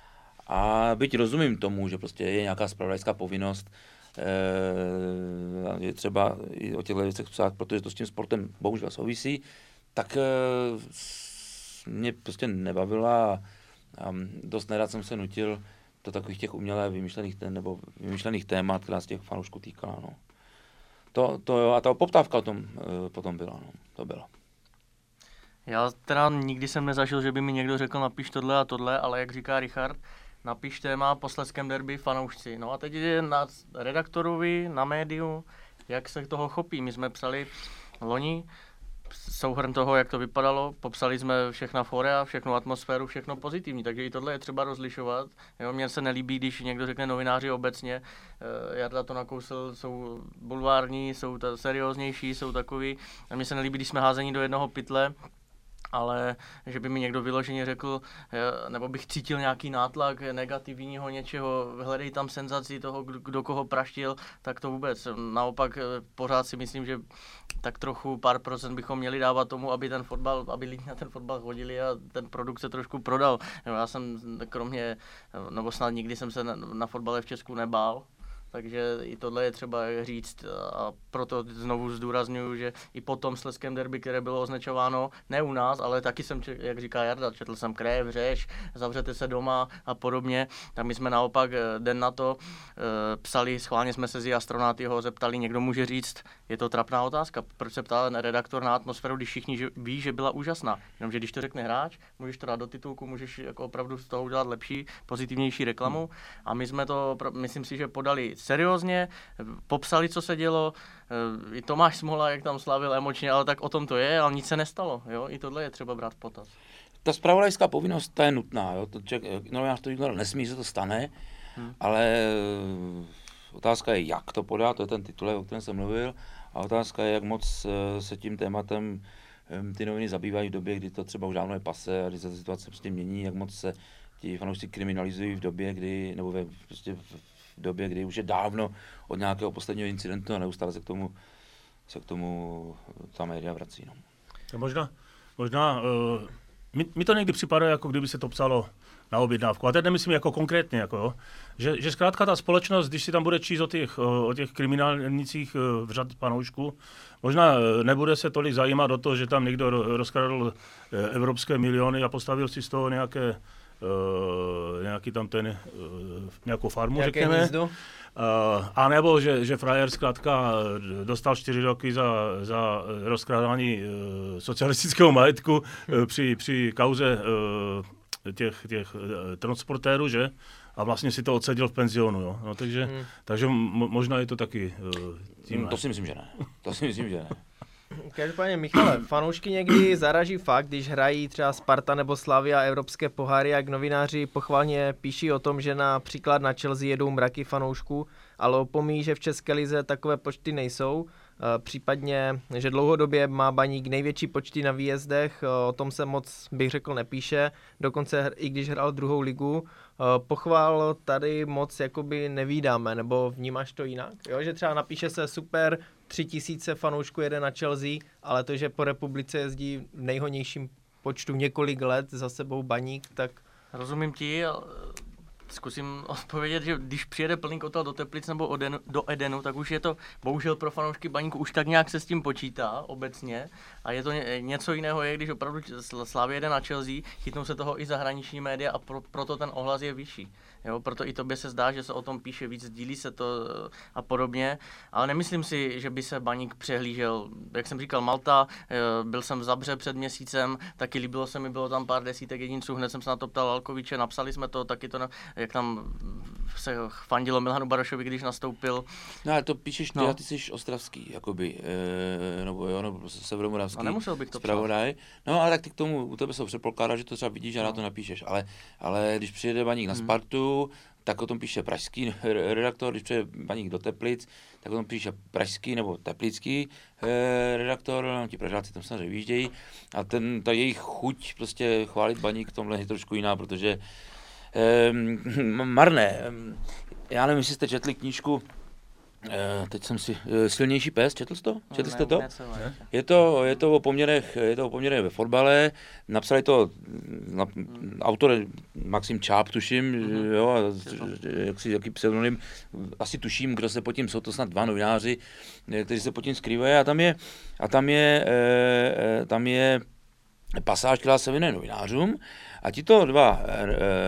A byť rozumím tomu, že prostě je nějaká zpravodajská povinnost, je třeba i o těchto věcech psát, protože to s tím sportem bohužel souvisí, tak mě prostě nebavila a dost nerad jsem se nutil do takových těch uměle vymyšlených, nebo vymyšlených témat, která z těch fanoušků týkala. No. To, to jo, a ta poptávka o tom potom byla, no. To byla. Já teda nikdy jsem nezažil, že by mi někdo řekl napiš tohle a tohle, ale jak říká Richard, napiš téma po slezském derby fanoušci. No a teď je na redaktorovi, na médiu, jak se toho chopí. My jsme psali loni souhrn toho, jak to vypadalo, popsali jsme všechna fóra, všechnu atmosféru, všechno pozitivní, takže i tohle je třeba rozlišovat. Jo, mně se nelíbí, když někdo řekne novináři obecně, Jarda to nakousl, jsou bulvární, jsou ta serióznější, jsou takový. A mně se nelíbí, když jsme házení do jednoho pytle, ale že by mi někdo vyloženě řekl, nebo bych cítil nějaký nátlak negativního něčeho, hledej tam senzaci toho, kdo koho praštil, tak to vůbec. Naopak pořád si myslím, že tak trochu pár procent bychom měli dávat tomu, aby ten fotbal, aby lidi na ten fotbal chodili a ten produkt se trošku prodal. Já jsem kromě, nebo snad nikdy jsem se na, na fotbale v Česku nebál. Takže i tohle je třeba říct a proto znovu zdůraznuju, že i po tom slezském derby, které bylo označováno ne u nás, ale taky jsem, jak říká Jarda, četl jsem krev, řeš, zavřete se doma a podobně. Tak my jsme naopak den na to psali, schválně jsme se z astronauty ho zeptali, někdo může říct, je to trapná otázka, proč se ptal redaktor na atmosféru, když všichni ví, že byla úžasná. Jenomže když to řekne hráč, můžeš to dát do titulku, můžeš jako opravdu z toho udělat lepší, pozitivnější reklamu. A my jsme to, myslím si, že podali seriózně, popsali, co se dělo, i Tomáš Smola, jak tam slavil emočně, ale tak o tom to je, ale nic se nestalo, jo? I tohle je třeba brát v potaz. Ta zpravodajská povinnost, ta je nutná, jo? To člověk, novinář to ignorovat nesmí, že to stane, hmm. ale otázka je, jak to podá, to je ten titulek, o kterém jsem mluvil, a otázka je, jak moc se tím tématem ty noviny zabývají v době, kdy to třeba už dávno je pase a kdy se ta situace prostě mění, jak moc se ti fanoušci kriminalizují v době, kdy, nebo ve, prostě v, v době, kdy už je dávno od nějakého posledního incidentu a neustále se k tomu, se k tomu ta média vrací. No. Možná, možná uh, mi, mi to někdy připadá, jako kdyby se to psalo na objednávku. A teď nemyslím jako konkrétně, jako, jo. Že, že zkrátka ta společnost, když si tam bude číst o těch, o těch kriminálnicích v řad panoušků, možná nebude se tolik zajímat o to, že tam někdo rozkradl evropské miliony a postavil si z toho nějaké uh, nějaký tam ten, uh, nějakou farmu, Nějaké řekněme. hnízdo? Uh, a nebo, že, že frajer zkrátka dostal čtyři roky za, za rozkrádání uh, socialistického majetku uh, při, při kauze uh, těch, těch uh, transportérů, že? A vlastně si to odseděl v penzionu, jo. No, takže, hmm. takže mo- možná je to taky uh, tím. To si myslím, že ne. To si myslím, že ne. Každopádně, Michale, fanoušky někdy zaraží fakt, když hrají třeba Sparta nebo Slavia evropské poháry, jak novináři pochvalně píší o tom, že například na Chelsea jedou mraky fanoušků, ale opomíjí, že v České lize takové počty nejsou. Případně, že dlouhodobě má Baník největší počty na výjezdech, o tom se moc, bych řekl, nepíše, dokonce i když hrál druhou ligu. Pochval tady moc jakoby nevídáme, nebo vnímáš to jinak? Jo, že třeba napíše se super, tři tisíce fanoušků jede na Chelsea, ale to, že po republice jezdí v nejhodnějším počtu několik let za sebou Baník, tak... Rozumím ti, zkusím odpovědět, že když přijede plný kotel do Teplic nebo Odenu, do Edenu, tak už je to, bohužel pro fanoušky Baníku, už tak nějak se s tím počítá obecně a je to ně, něco jiného je, když opravdu Slavia jede na Chelsea, chytnou se toho i zahraniční média a pro, proto ten ohlas je vyšší. Jo, proto i tobě se zdá, že se o tom píše víc, sdílí se to a podobně, ale nemyslím si, že by se Baník přehlížel. Jak jsem říkal, Malta, byl jsem v Zabře před měsícem, taky líbilo se mi, bylo tam pár desítek jedinců, hned jsem se na to ptal Lalkoviče, napsali jsme to, taky to, jak tam se fandilo Milanu Barošovi, když nastoupil. No ale to píšeš ty no. a ty jsi ostravský, jakoby, e, nebo jo, nebo prostě severomoravský. A nemusel bych to zpravodaj. No ale tak ty k tomu, u tebe se předpokládá, že to třeba vidíš a no. na to napíšeš, ale, ale když přijede Baník na Spartu, tak o tom píše pražský redaktor, když přijde Baník do Teplic, tak o tom píše pražský nebo teplický eh, redaktor, no, ti Pražáci tam samozřejmě vyjíždějí a ten, ta jejich chuť prostě chválit Baník v tomhle je trošku jiná, protože eh, marné, já nevím, jestli jste četli knížku, eh, teď jsem si, eh, Silnější pes, četl jsi to? Četl jste to? Je to, je to o poměrech, je to o poměrech ve fotbale, napsali to na, autor Maxim Čáp, tuším, mm-hmm. jo, a, jak si, jaký pseudonym, asi tuším, kdo se pod tím, jsou to snad dva novináři, kteří se pod tím skrývají a tam je, a tam je, e, tam je pasáž, která se věnuje novinářům a tito dva e,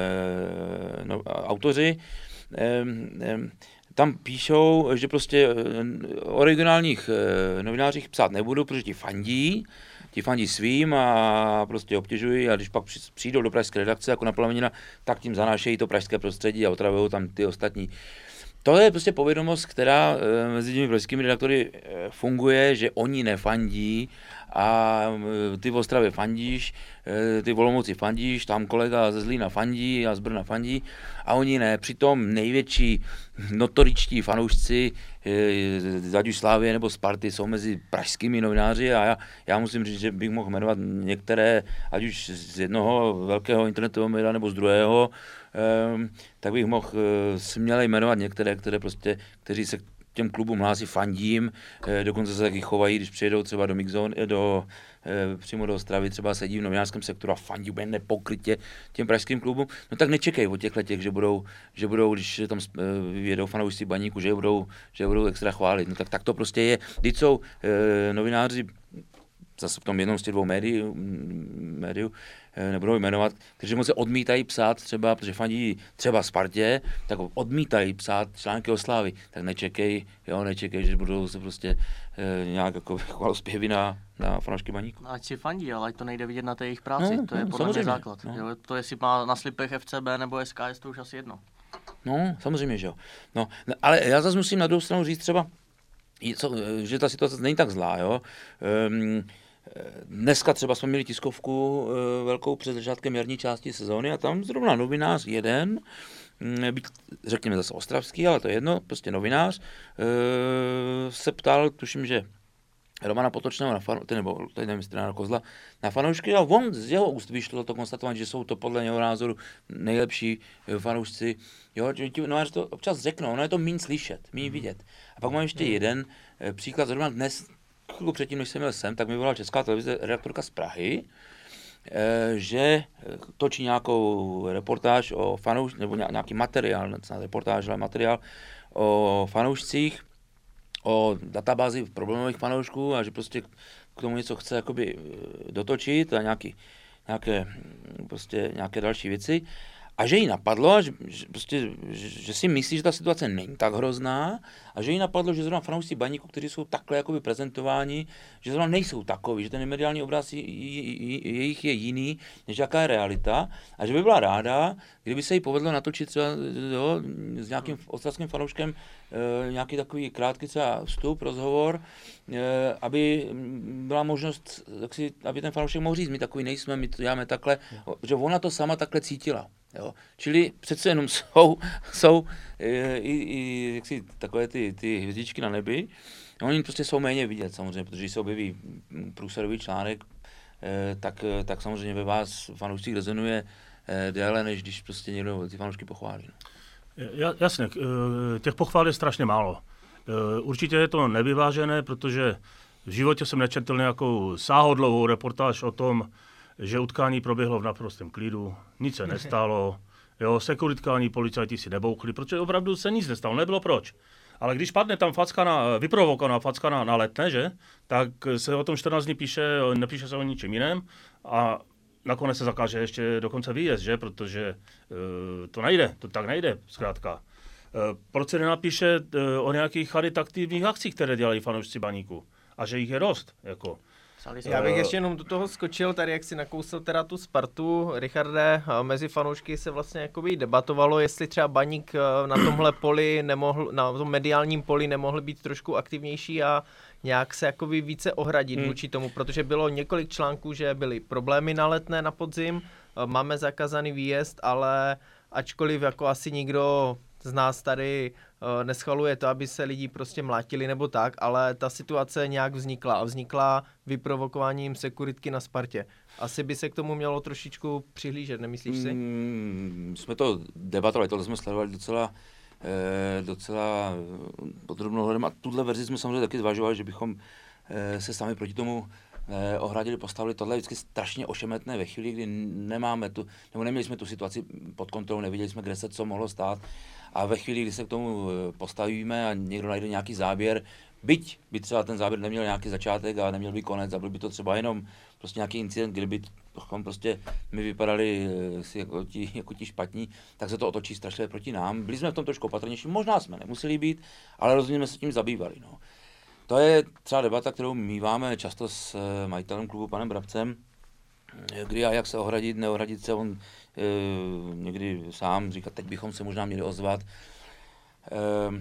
no, autoři e, e, tam píšou, že prostě o regionálních novinářích psát nebudu, protože ti fandí, ti fandí svým a prostě obtěžují a když pak přijdou do pražské redakce jako na Plamenina, tak tím zanášejí to pražské prostředí a otravují tam ty ostatní. To je prostě povědomost, která mezi těmi pražskými redaktory funguje, že oni nefandí a ty v Ostravě fandíš, ty v Olomouci fandíš, tam kolega ze Zlína fandí a z Brna fandí a oni ne. Přitom největší notoričtí fanoušci, ať už Slávie nebo Sparty, jsou mezi pražskými novináři a já, já musím říct, že bych mohl jmenovat některé, ať už z jednoho velkého internetového média nebo z druhého, tak bych mohl směle jmenovat některé, které prostě, kteří se těm klubům hlásí, fandím, dokonce se taky chovají, když přijedou třeba do Mixzone, do, přímo do Ostravy, třeba sedí v novinářském sektoru a fandí úplně nepokrytě těm pražským klubům, no tak nečekej od těchto těch, že budou, že budou, když tam jedou fanoušci Baníku, že je budou, že je budou extra chválit, no tak, tak to prostě je, když jsou e, novináři, zase v tom jednom z těch dvou médií, médiu, nebudou jmenovat, kteří moc se odmítají psát třeba, protože fandí třeba Spartě, tak odmítají psát články o Slávy, tak nečekej, jo, nečekej, že budou se prostě e, nějak jako chvalospěvy na, na fanoušky Baníku. Ať si fandí, ale ať to nejde vidět na té jejich práci, no, to je no, podle mě základ. No. Jo, to jestli má na slipech F C B nebo S K S, to už asi jedno. No, samozřejmě, že jo. No, ale já zase musím na druhou stranu říct třeba, že ta situace není tak zlá, jo. Um, Dneska třeba jsme měli tiskovku e, velkou před začátkem jarní části sezóny a tam zrovna novinář jeden, byť řekněme zase ostravský, ale to je jedno, prostě novinář, e, se ptal, tuším, že Romana Potočného, na fanu, nebo tady nevím, na Kozla, na fanoušky, a on z jeho úst vyšlo to konstatování, že jsou to podle něho názoru nejlepší fanoušci. Jo, ti novináři to občas řeknou, no je to míň slyšet, míň vidět. A pak mám ještě jeden e, příklad, zrovna dnes, chvilku předtím, než jsem měl sem, tak mi volala Česká televize redaktorka z Prahy, že točí nějakou reportáž o fanoušcích, nebo nějaký materiál, ne reportáž, ale materiál o fanoušcích, o databázi problémových fanoušků a že prostě k tomu něco chce jakoby dotočit a nějaký, nějaké, prostě nějaké další věci. A že jí napadlo, že, že, prostě, že, že si myslí, že ta situace není tak hrozná a že jí napadlo, že zrovna fanoušci Baníku, kteří jsou takhle jakoby prezentováni, že zrovna nejsou takový, že ten mediální obraz jejich je jiný, než jaká je realita a že by byla ráda, kdyby se jí povedlo natočit třeba jo, s nějakým ostravským fanouškem e, nějaký takový krátký třeba vstup, rozhovor, e, aby byla možnost, tak si, aby ten fanoušek mohl říct, my takový nejsme, my to děláme takhle, že ona to sama takhle cítila. Jo. Čili přece jenom jsou, jsou e, i, i jaksi, takové ty, ty hvězdičky na nebi. Oni prostě jsou méně vidět samozřejmě, protože když se objeví průsledový článek, e, tak, tak samozřejmě ve vás fanoušcích rezonuje e, déle, než když prostě někdo ty fanoušky pochválí. No. Jasně, těch pochvál je strašně málo. Určitě je to nevyvážené, protože v životě jsem nečetl nějakou sáhodlouhou reportáž o tom, že utkání proběhlo v naprostém klidu, nic se nestalo, jo, sekuritkální policajti si nebouchli, protože opravdu se nic nestalo, nebylo proč. Ale když padne tam facka na, vyprovokovaná facka na, na Letné, že, tak se o tom čtrnáct dní píše, nepíše se o ničem jiném a nakonec se zakáže ještě dokonce výjezd, že, protože uh, to nejde, to tak nejde, zkrátka. Uh, proč se nenapíše uh, o nějakých charitativních akcích, které dělají fanoušci Baníku a že jich je dost, jako. Já bych ještě jenom do toho skočil, tady jak si nakousl teda tu Spartu, Richarde, mezi fanoušky se vlastně jakoby debatovalo, jestli třeba Baník na tomhle poli nemohl, na tom mediálním poli nemohl být trošku aktivnější a nějak se jakoby více ohradit hmm. vůči tomu, protože bylo několik článků, že byly problémy na Letné na podzim, máme zakázaný výjezd, ale ačkoliv jako asi nikdo z nás tady uh, neschvaluje to, aby se lidi prostě mlátili nebo tak, ale ta situace nějak vznikla a vznikla vyprovokováním sekuritky na Spartě. Asi by se k tomu mělo trošičku přihlížet, nemyslíš si? Mm, jsme to debatovali, tohle jsme sledovali docela, eh, docela podrobnou hledem a tuhle verzi jsme samozřejmě taky zvažovali, že bychom eh, se sami proti tomu eh, ohradili, postavili. Tohle je vždycky strašně ošemetné ve chvíli, kdy nemáme tu, nebo neměli jsme tu situaci pod kontrolou, nevěděli jsme, kde se co mohlo stát. A ve chvíli, kdy se k tomu postavíme a někdo najde nějaký záběr, byť by třeba ten záběr neměl nějaký začátek a neměl by konec a byl by to třeba jenom prostě nějaký incident, kdyby prostě my vypadali si jako ti, jako ti špatní, tak se to otočí strašně proti nám. Byli jsme v tom trošku opatrnější, možná jsme nemuseli být, ale rozhodně jsme se tím zabývali. No. To je třeba debata, kterou míváme často s majitelem klubu panem Brabcem, kdy a jak se ohradit, neohradit se, on e, někdy sám říká, teď bychom se možná měli ozvat, e,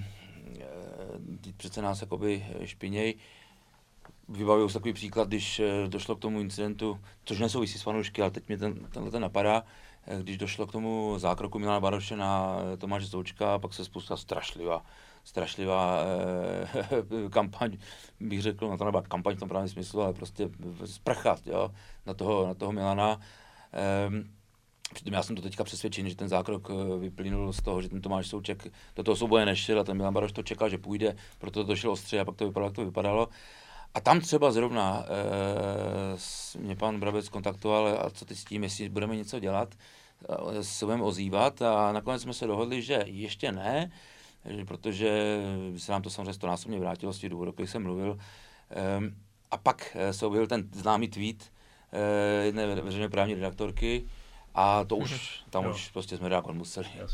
e, přece nás jakoby špiněj. Vybavuju si takový příklad, když došlo k tomu incidentu, což nesouvisí s fanoušky, ale teď mě ten, tenhle ten napadá, když došlo k tomu zákroku Milana Baroše na Tomáše Součka, pak se spustila strašlivá, strašlivá eh, kampaň, bych řekl, na to nebyla kampaň v tom právě smyslu, ale prostě sprchat, jo, na toho, na toho Milana. Eh, přitom já jsem to teďka přesvědčený, že ten zákrok vyplynul z toho, že ten Tomáš Souček do toho souboje nešel a ten Milan Baroš to čekal, že půjde, proto to šlo ostře a pak to vypadalo, jak to vypadalo. A tam třeba zrovna e, mě pan Brabec kontaktoval, a co ty s tím, jestli budeme něco dělat, se budeme ozývat a nakonec jsme se dohodli, že ještě ne, protože se nám to samozřejmě stonásobně vrátilo z těch důvodů, o kterých jsem mluvil. E, a pak se objevil ten známý tweet e, jedné veřejné právní redaktorky a to už, tam jo. už prostě jsme reagovat museli. Uh,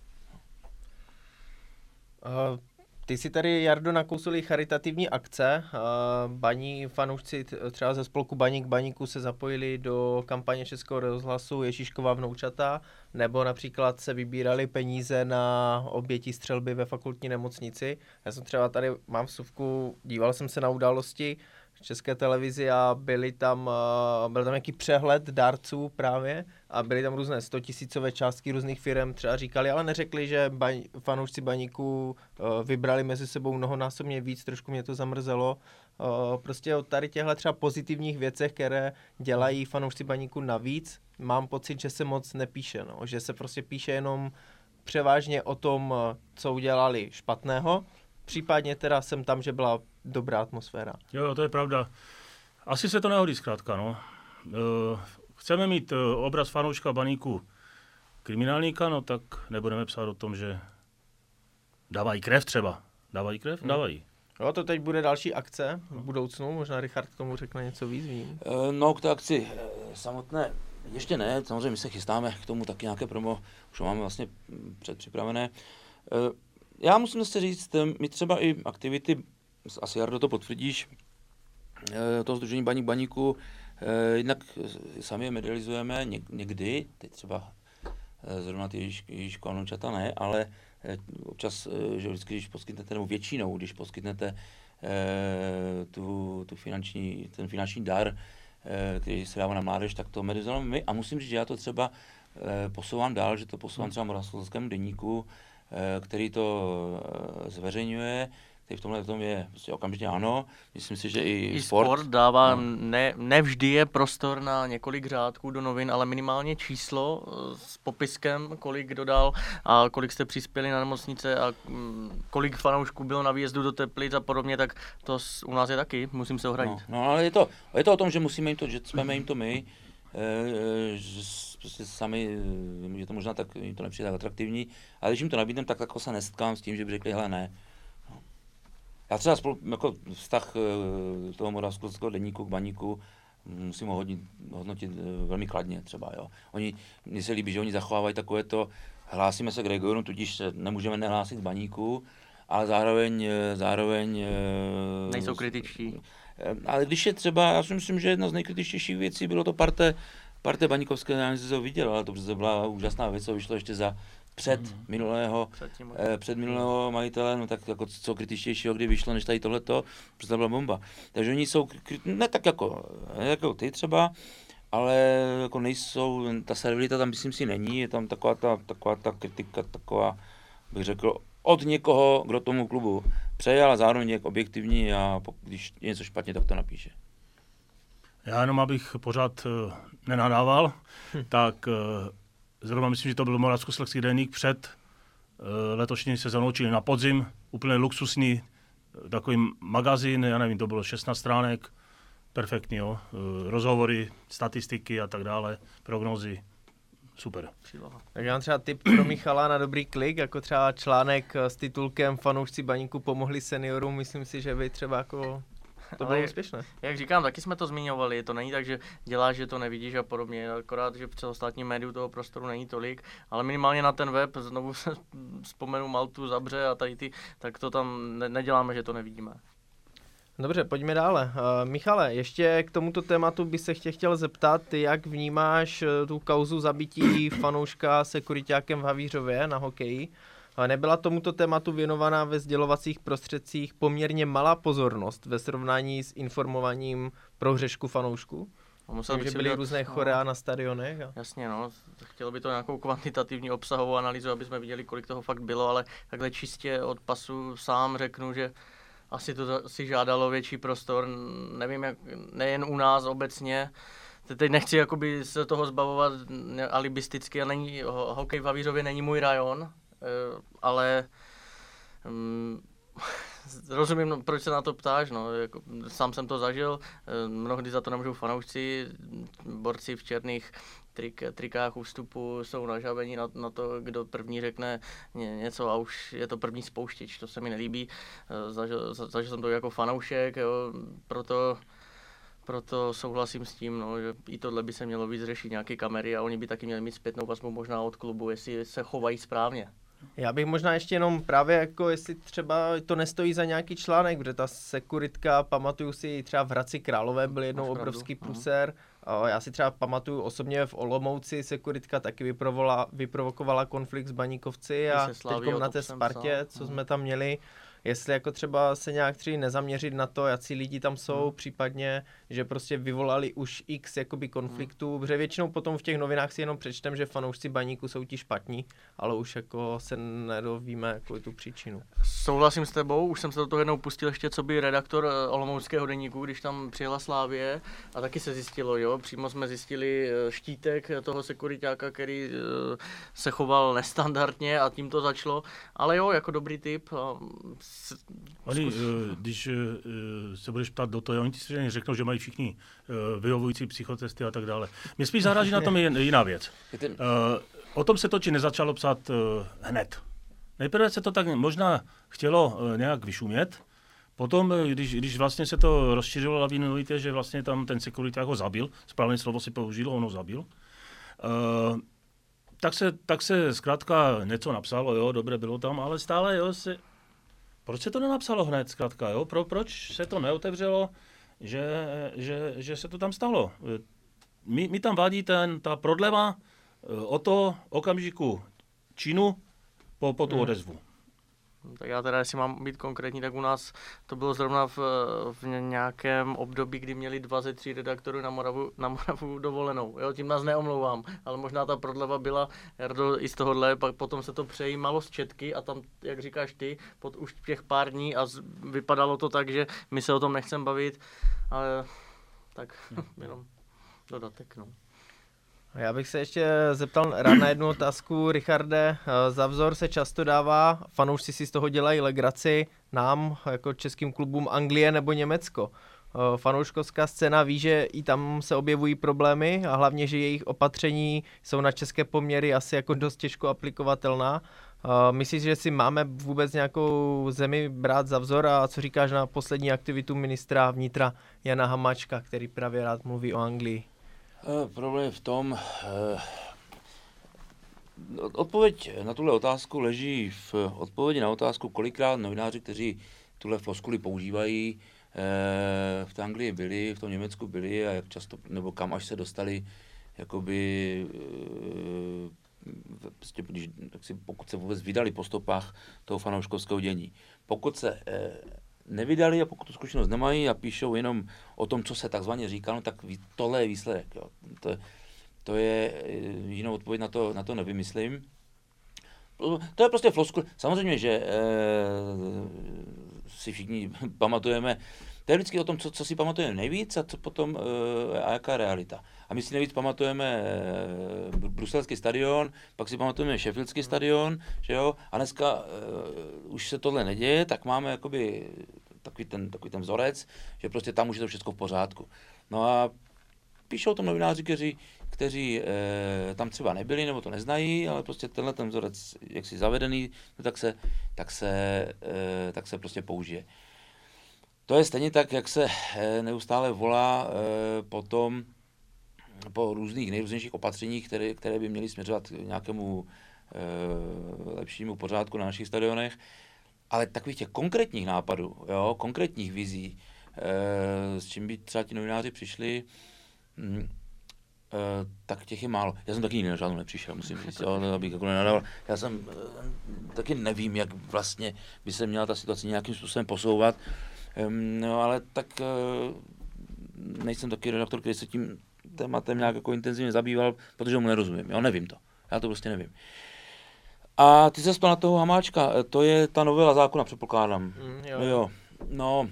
Ty si tady, Jardo, nakousili charitativní akce. Baní fanoušci třeba ze spolku Baník Baníku se zapojili do kampaně Českého rozhlasu Ježíškova vnoučata, nebo například se vybírali peníze na oběti střelby ve fakultní nemocnici. Já jsem třeba tady, mám vsuvku, díval jsem se na události v České televizi a byly tam, byl tam nějaký přehled dárců právě a byly tam různé stotisícové částky různých firm, třeba říkali, ale neřekli, že baň, fanoušci Baníku vybrali mezi sebou mnohonásobně víc, trošku mě to zamrzelo. Prostě o tady těchto třeba pozitivních věcech, které dělají fanoušci Baníku navíc, mám pocit, že se moc nepíše, no, že se prostě píše jenom převážně o tom, co udělali špatného, případně teda jsem tam, že byla dobrá atmosféra. Jo, to je pravda. Asi se to nehodí zkrátka, no. Chceme mít obraz fanouška Baníku kriminálníka, no tak nebudeme psát o tom, že dávají krev třeba. Dávají krev? Hmm. Dávají. Jo, to teď bude další akce v budoucnu, možná Richard k tomu řekne něco víc, vím. No, k té akci samotné Ještě ne, samozřejmě my se chystáme k tomu taky nějaké promo, už máme vlastně předpřipravené. Já musím zase říct, my třeba i aktivity, asi Jardo to potvrdíš, toho sdružení Baník Baníku, jednak sami je medializujeme někdy, teď třeba zrovna ty Ježíško a Nončata ne, ale občas, že vždycky, když poskytnete, nebo většinou, když poskytnete tu, tu finanční, ten finanční dar, který se dává na mládež, tak to medializujeme my. A musím říct, že já to třeba posouvám dál, že to posouvám třeba Moravskoslezskému deníku, který to zveřejňuje. Teď v tomhle tom je prostě okamžitě ano. Myslím si, že i, I sport, sport dává, no. ne, nevždy je prostor na několik řádků do novin, ale minimálně číslo s popiskem, kolik kdo dal a kolik jste přispěli na nemocnice a kolik fanoušků bylo na výjezdu do Teplic a podobně, tak to u nás je taky, musím se ohradit. No, no ale je to, je to o tom, že musíme jim to, že jsme jim to my, e, že prostě sami, že to možná tak, jim to nepřijde tak atraktivní, ale když jim to nabídnem, tak jako se nestkám s tím, že by řekli, hele ne. Já třeba spolu, jako vztah toho Moravskoslezského deníku k Baníku musím ho hodnit, hodnotit velmi kladně třeba, jo. Oni, mně se líbí, že oni zachovávají takové to, hlásíme se k regionu, tudíž se nemůžeme nehlásit k Baníku, ale zároveň, zároveň... Nejsou kritičtí. Ale když je třeba, já si myslím, že jedna z nejkritičtějších věcí bylo to parte, parte Baníkovské, já nevím, to viděl, ale to byla úžasná věc, co vyšlo ještě za před mm. minulého, eh, před minulého majitele, no tak jako co kritičtějšího, kdy vyšlo, než tady tohleto, protože to byla bomba. Takže oni jsou, ne tak jako, ne jako ty třeba, ale jako nejsou, ta servilita tam myslím si není, je tam taková ta, taková ta kritika, taková, bych řekl, od někoho, kdo tomu klubu přeje, ale zároveň je objektivní a když je něco špatně, tak to napíše. Já jenom, abych pořád uh, nenadával, hm. tak uh, zrovna myslím, že to byl Moravskoslezský deník před uh, letošní sezónou, čili na podzim, úplně luxusní uh, takový magazín, já nevím, to bylo šestnáct stránek, perfektní, jo, uh, rozhovory, statistiky a tak dále, prognózy, super. Tak já mám třeba tip pro Michala na dobrý klik, jako třeba článek s titulkem Fanoušci Baníku pomohli seniorům, myslím si, že by třeba jako... To bylo úspěšné. Jak říkám, taky jsme to zmiňovali, to není tak, že děláš, že to nevidíš a podobně, akorát, že v celostátním médiu toho prostoru není tolik, ale minimálně na ten web, znovu se vzpomenu Maltu, Zabře a tady ty, tak to tam ne- neděláme, že to nevidíme. Dobře, pojďme dále. Uh, Michale, ještě k tomuto tématu by se tě chtěl zeptat, jak vnímáš uh, tu kauzu zabití fanouška sekuriťákem v Havířově na hokeji? Nebyla tomuto tématu věnovaná ve sdělovacích prostředcích poměrně malá pozornost ve srovnání s informováním pro hřešku fanoušků? Musel že byly dělat, různé chorea no, na stadionech? A... Jasně, no. Chtělo by to nějakou kvantitativní obsahovou analýzu, aby jsme viděli, kolik toho fakt bylo, ale takhle čistě od pasu sám řeknu, že asi to si žádalo větší prostor. Nevím, jak nejen u nás obecně. Teď nechci jakoby se toho zbavovat alibisticky a není, hokej v Havířově není můj rajon, ale um, rozumím, proč se na to ptáš, no, jako, sám jsem to zažil, mnohdy za to nemůžou fanoušci, borci v černých trik, trikách ústupu jsou nažavení na, na to, kdo první řekne ně, něco a už je to první spouštěč, to se mi nelíbí, zažil, zažil jsem to jako fanoušek, jo, proto Proto souhlasím s tím, no, že i tohle by se mělo víc řešit, nějaké kamery a oni by taky měli mít zpětnou vazbu možná od klubu, jestli se chovají správně. Já bych možná ještě jenom právě jako, jestli třeba to nestojí za nějaký článek, protože ta sekuritka, pamatuju si, třeba v Hradci Králové byl jednou obrovský průser. Uh-huh. Já si třeba pamatuju osobně v Olomouci sekuritka taky vyprovovala, vyprovokovala konflikt s Baníkovci a teď na té Spartě, co uh-huh. jsme tam měli, jestli jako třeba se nějak třeba nezaměřit na to, jaký lidi tam jsou, hmm. případně, že prostě vyvolali už x jakoby konfliktů, hmm. protože většinou potom v těch novinách si jenom přečtem, že fanoušci Baníku jsou ti špatní, ale už jako se nedovíme jako tu příčinu. Souhlasím s tebou, už jsem se do toho jednou pustil ještě co by redaktor Olomouckého deníku, když tam přijela Slávie a taky se zjistilo, jo, přímo jsme zjistili štítek toho sekuriťáka, který se choval nestandardně a tím to začalo, ale jo, jako dobrý tip. Oni, když se budeš ptát do toho, oni ti si řeknou, že mají všichni vyhovující psychotesty a tak dále. Mě spíš zaráží na tom jiná věc. O tom se točí nezačalo psát hned. Nejprve se to tak možná chtělo nějak vyšumět, potom, když, když vlastně se to rozšířilo lavinovitě, že vlastně tam ten sekuriták ho zabil, správné slovo si použil, on ho zabil, Uh, tak, se, tak se zkrátka něco napsalo, jo, dobré bylo tam, ale stále, jo, se... Proč se to nenapsalo hned, zkrátka, jo? Pro, proč se to neotevřelo, že, že, že se to tam stalo? Mi, mi tam vadí ten, ta prodleva o to okamžiku činu po, po tu odezvu. Tak já teda, jestli mám být konkrétní, tak u nás to bylo zrovna v, v nějakém období, kdy měli dva ze tří redaktorů na Moravu, na Moravu dovolenou. Jo, tím nás neomlouvám, ale možná ta prodleva byla, Jardo, i z tohohle, pak potom se to přejímalo z četky a tam, jak říkáš ty, pod už těch pár dní a z, vypadalo to tak, že my se o tom nechcem bavit, ale tak jenom dodatek, no. Já bych se ještě zeptal rád na jednu otázku, Richarde. Za vzor se často dává, fanoušci si z toho dělají legraci, nám jako českým klubům Anglie nebo Německo. Fanouškovská scéna ví, že i tam se objevují problémy a hlavně, že jejich opatření jsou na české poměry asi jako dost těžko aplikovatelná. Myslíš, že si máme vůbec nějakou zemi brát za vzor a co říkáš na poslední aktivitu ministra vnitra Jana Hamáčka, který právě rád mluví o Anglii? Uh, problém je v tom, uh, odpověď na tuhle otázku leží v odpovědi na otázku, kolikrát novináři, kteří tuhle floskuli používají, uh, v té Anglii byli, v tom Německu byli a jak často, nebo kam až se dostali, jakoby, uh, prostě, když, si, pokud se vůbec vydali po stopách toho fanouškovského dění. Pokud se uh, nevydali a pokud tu zkušenost nemají a píšou jenom o tom, co se takzvaně říká, no tak tohle je výsledek. Jo. To, je, to je jinou odpověď na to, na to nevymyslím. To je prostě floskul. Samozřejmě, že e, si všichni pamatujeme, to je vždycky o tom, co, co si pamatujeme nejvíc a co potom e, a jaká je realita. A my si nejvíc pamatujeme e, bruselský stadion, pak si pamatujeme sheffieldský stadion, že jo, a dneska e, už se tohle neděje, tak máme jakoby takový ten, takový ten vzorec, že prostě tam už je to všechno v pořádku. No a píšou to novináři, kteří, kteří e, tam třeba nebyli nebo to neznají, ale prostě tenhle ten vzorec, jak si zavedený, no tak se, tak se, e, tak se prostě použije. To je stejně tak, jak se e, neustále volá e, potom po různých nejrůznějších opatřeních, které, které by měly směřovat k nějakému e, lepšímu pořádku na našich stadionech, ale takových těch konkrétních nápadů, jo, konkrétních vizí, e, s čím by třeba ti novináři přišli, mm, e, tak těch je málo. Já jsem taky nikdy na žádnou nepřišel, musím říct, jo, abych jako nenadal. Já jsem e, taky nevím, jak vlastně by se měla ta situace nějakým způsobem posouvat, e, no ale tak e, nejsem taky redaktor, který se tím tématem nějak jako intenzivně zabýval, protože mu nerozumím, jo, nevím to. Já to prostě nevím. A ty se spal na toho Hamáčka, to je ta novela zákona, předpokládám. Mm, jo. jo. No,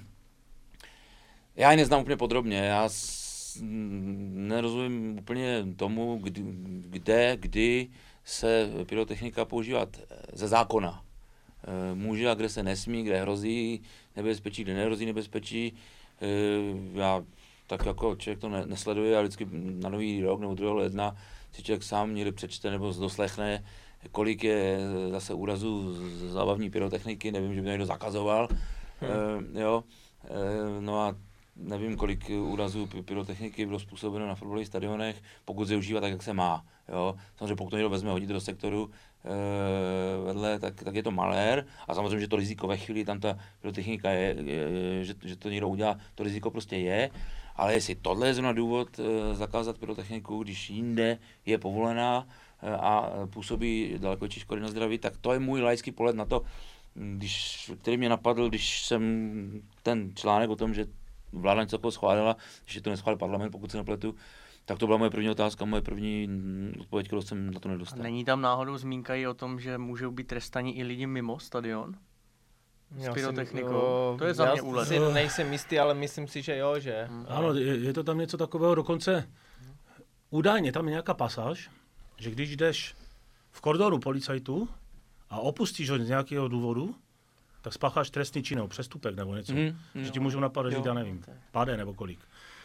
já ji neznám úplně podrobně, já s, nerozumím úplně tomu, kdy, kde, kdy se pyrotechnika používat ze zákona. Může a kde se nesmí, kde hrozí nebezpečí, kde nehrozí nebezpečí. Já tak jako člověk to ne, nesleduje a vždycky na nový rok nebo druhého ledna si člověk sám někdy přečte nebo doslechne, kolik je zase úrazů z zábavní pyrotechniky, nevím, že by někdo zakazoval, hmm. e, jo, e, no a nevím, kolik úrazů pyrotechniky bylo způsobeno na fotbalových stadionech, pokud se užívá tak, jak se má, jo, samozřejmě pokud to někdo vezme hodit do sektoru e, vedle, tak, tak je to malér a samozřejmě, že to riziko ve chvíli, tam ta pyrotechnika je, je že, že to někdo udělá, to riziko prostě je, ale jestli tohle je zrovna důvod e, zakázat pyrotechniku, když jinde je povolená, a působí daleko větší škody na zdraví, tak to je můj laický pohled na to, když, který mě napadl, když jsem ten článek o tom, že vláda něco schválila, že to neschválil parlament, pokud se nepletu, tak to byla moje první otázka, moje první odpověď, kterou jsem na to nedostal. A není tam náhodou zmínka i o tom, že můžou být trestaní i lidi mimo stadion? S pyrotechnikou. To je za mě úlet. Já si nejsem jistý, ale myslím si, že jo, že. Hmm. Ano, je, je to tam něco takového, dokonce údajně tam je nějaká pasáž, že když jdeš v kordonu policajtu a opustíš ho z nějakého důvodu, tak spácháš trestný čin nebo přestupek nebo něco. Mm, že ti můžou napadat, že já nevím, páde nebo kolik.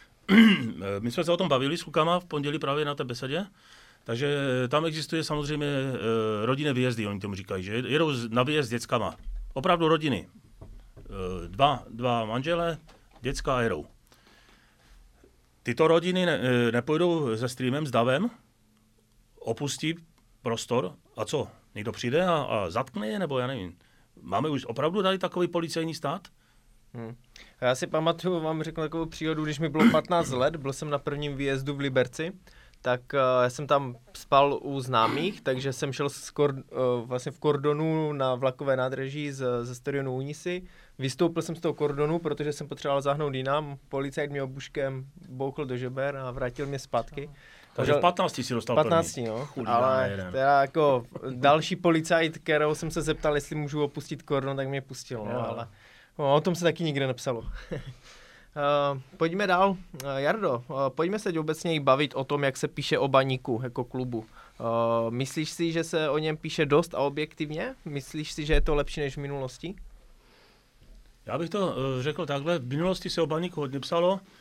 My jsme se o tom bavili s klukama v pondělí právě na té besedě, takže tam existuje samozřejmě rodinné výjezdy, oni tomu říkají, že jedou na výjezd s dětskama. Opravdu rodiny. Dva, dva manžele, děcka a jedou. Tyto rodiny ne, nepojdou se streamem, s davem, opustí prostor a co? Někdo přijde a, a zatkne je, nebo já nevím. Máme už opravdu tady takový policejní stát? Hmm. Já si pamatuju, vám řeknu takovou příhodu, když mi bylo patnáct let, byl jsem na prvním výjezdu v Liberci, tak uh, já jsem tam spal u známých, takže jsem šel z kor, uh, vlastně v kordonu na vlakové nádraží z, ze stadionu Unisy. Vystoupil jsem z toho kordonu, protože jsem potřeboval zahnout jinam. Policajt mě obuškem bouchl do žeber a vrátil mě zpátky. Takže v patnácti si dostal patnácti, no. Ale teda jako další policajt, kterého jsem se zeptal, jestli můžu opustit kordon, tak mě pustil, no, ale no, o tom se taky nikde nepsalo. Uh, pojďme dál. Uh, Jardo, uh, pojďme se obecně bavit o tom, jak se píše o Baníku jako klubu. Uh, myslíš si, že se o něm píše dost a objektivně? Myslíš si, že je to lepší než v minulosti? Já bych to uh, řekl takhle. V minulosti se o Baníku hodně psalo. Uh,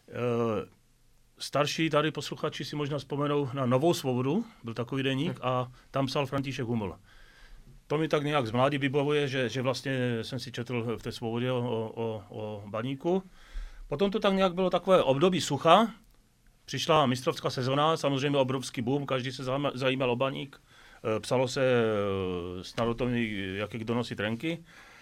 starší tady posluchači si možná vzpomenou na Novou svobodu, byl takový deník, a tam psal František Huml. To mi tak nějak z mládí vybavuje, že, že vlastně jsem si četl v té Svobodě o, o, o Baníku. Potom to tak nějak bylo takové období sucha. Přišla mistrovská sezona, samozřejmě obrovský boom, každý se zajímal o Baník. Psalo se snad o tom, jak kdo nosí trenky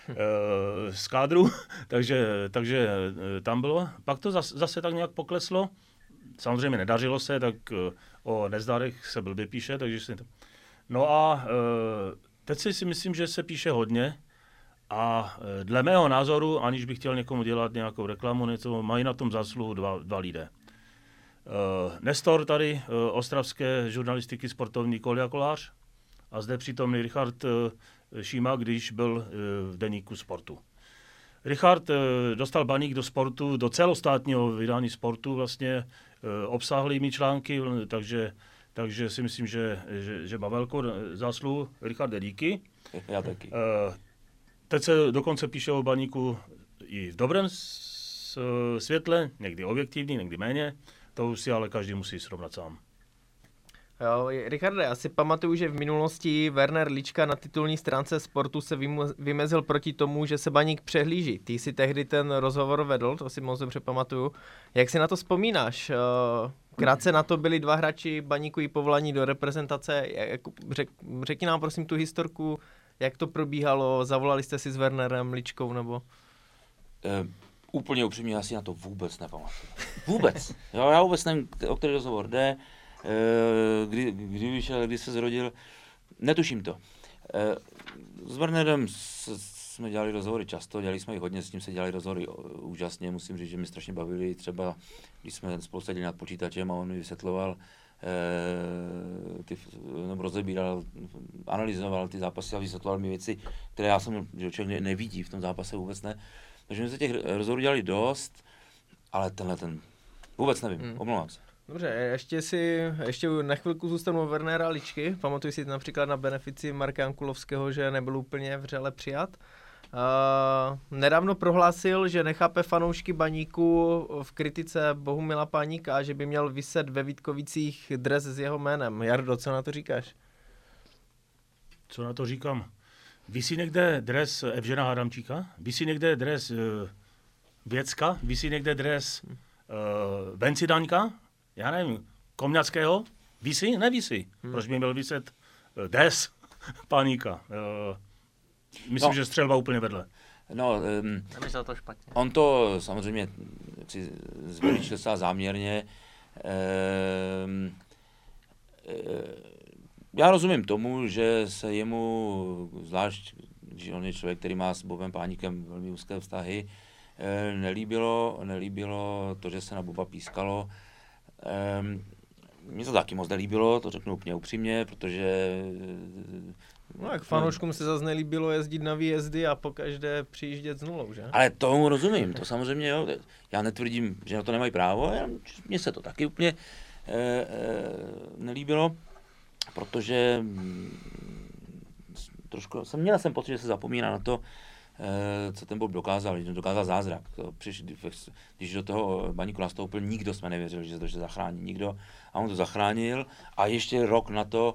z kádru, takže, takže tam bylo. Pak to zase, zase tak nějak pokleslo. Samozřejmě nedařilo se, tak o nezdarech se blbě píše, takže si to... No a teď si myslím, že se píše hodně a dle mého názoru, aniž bych chtěl někomu dělat nějakou reklamu, něco, mají na tom zásluhu dva, dva lidé. Uh, Nestor tady, uh, ostravské žurnalistiky sportovní Kolja Kolář a zde přítomný Richard uh, Šíma, když byl uh, v deníku Sportu. Richard uh, dostal Baník do sportu, do celostátního vydání Sportu, vlastně uh, obsáhlými články, takže Takže si myslím, že, že, že má velkou zásluhu. Richarde, díky. Já taky. Uh, teď se dokonce píše o Baníku i v dobrém světle, někdy objektivní, někdy méně. To už si ale každý musí srovnat sám. Jo, Richarde, já si pamatuju, že v minulosti Werner Lička na titulní stránce Sportu se vymezil proti tomu, že se Baník přehlíží. Ty si tehdy ten rozhovor vedl, to si moc dobře pamatuju. Jak si na to vzpomínáš? Krátce na to byli dva hráči Baníku i povolaní do reprezentace. Řek, řekni nám prosím tu historku, jak to probíhalo, zavolali jste si s Wernerem Ličkou nebo... Uh, úplně upřímně, já si na to vůbec nepamatuju. Vůbec. Jo, já vůbec nevím, o který rozhovor jde. Kdy, kdy vyšel, kdy se zrodil, netuším to. S Wernerem jsme dělali rozhovory často, dělali jsme i hodně, s ním se dělali rozhovory úžasně, musím říct, že mě strašně bavili, třeba když jsme spolu seděli nad počítačem a on mi vysvětloval, ty, nebo rozebíral, analyzoval ty zápasy a vysvětloval mi věci, které já jsem, že člověk nevidí v tom zápase, vůbec ne. Takže my se těch rozhovorů dělali dost, ale tenhle ten, vůbec nevím, hmm. omlouvám se. Dobře, ještě si, ještě na chvilku zůstanu Wernera Ličky. Pamatuji si například na benefici Marka Jankulovského, že nebyl úplně vřele přijat. Uh, nedávno prohlásil, že nechápe fanoušky Baníku v kritice Bohumila Páníka, že by měl viset ve Vítkovicích dres s jeho jménem. Jardo, co na to říkáš? Co na to říkám? Visí někde dres Evžena Hadamčíka? Visí někde dres uh, Věcka? Visí někde dres uh, Benci Daňka? Já nevím, Komňackého? Visí? Nevisí. Hmm. Proč by měl viset uh, dres Páníka? Uh, myslím, no. že střelba úplně vedle. No, um, Nemyslel to špatně. On to samozřejmě si zveličil se záměrně. Um, uh, já rozumím tomu, že se jemu, zvlášť, že on je člověk, který má s Bobem Páníkem velmi úzké vztahy, uh, nelíbilo, nelíbilo to, že se na Boba pískalo. Um, Mně to taky moc nelíbilo, to řeknu úplně upřímně, protože... No jak fanouškům se zase nelíbilo jezdit na výjezdy a pokaždé přijíždět s nulou, že? Ale tomu rozumím, to samozřejmě, jo. Já netvrdím, že na to nemají právo, mně se to taky úplně e, e, nelíbilo, protože m, trošku, jsem měl jsem pocit, že se zapomíná na to, e, co ten Bob dokázal, že dokázal zázrak. To přiš, když do toho Baníku nastoupil, nikdo jsme nevěřili, že se to že zachrání, nikdo. A on to zachránil a ještě rok na to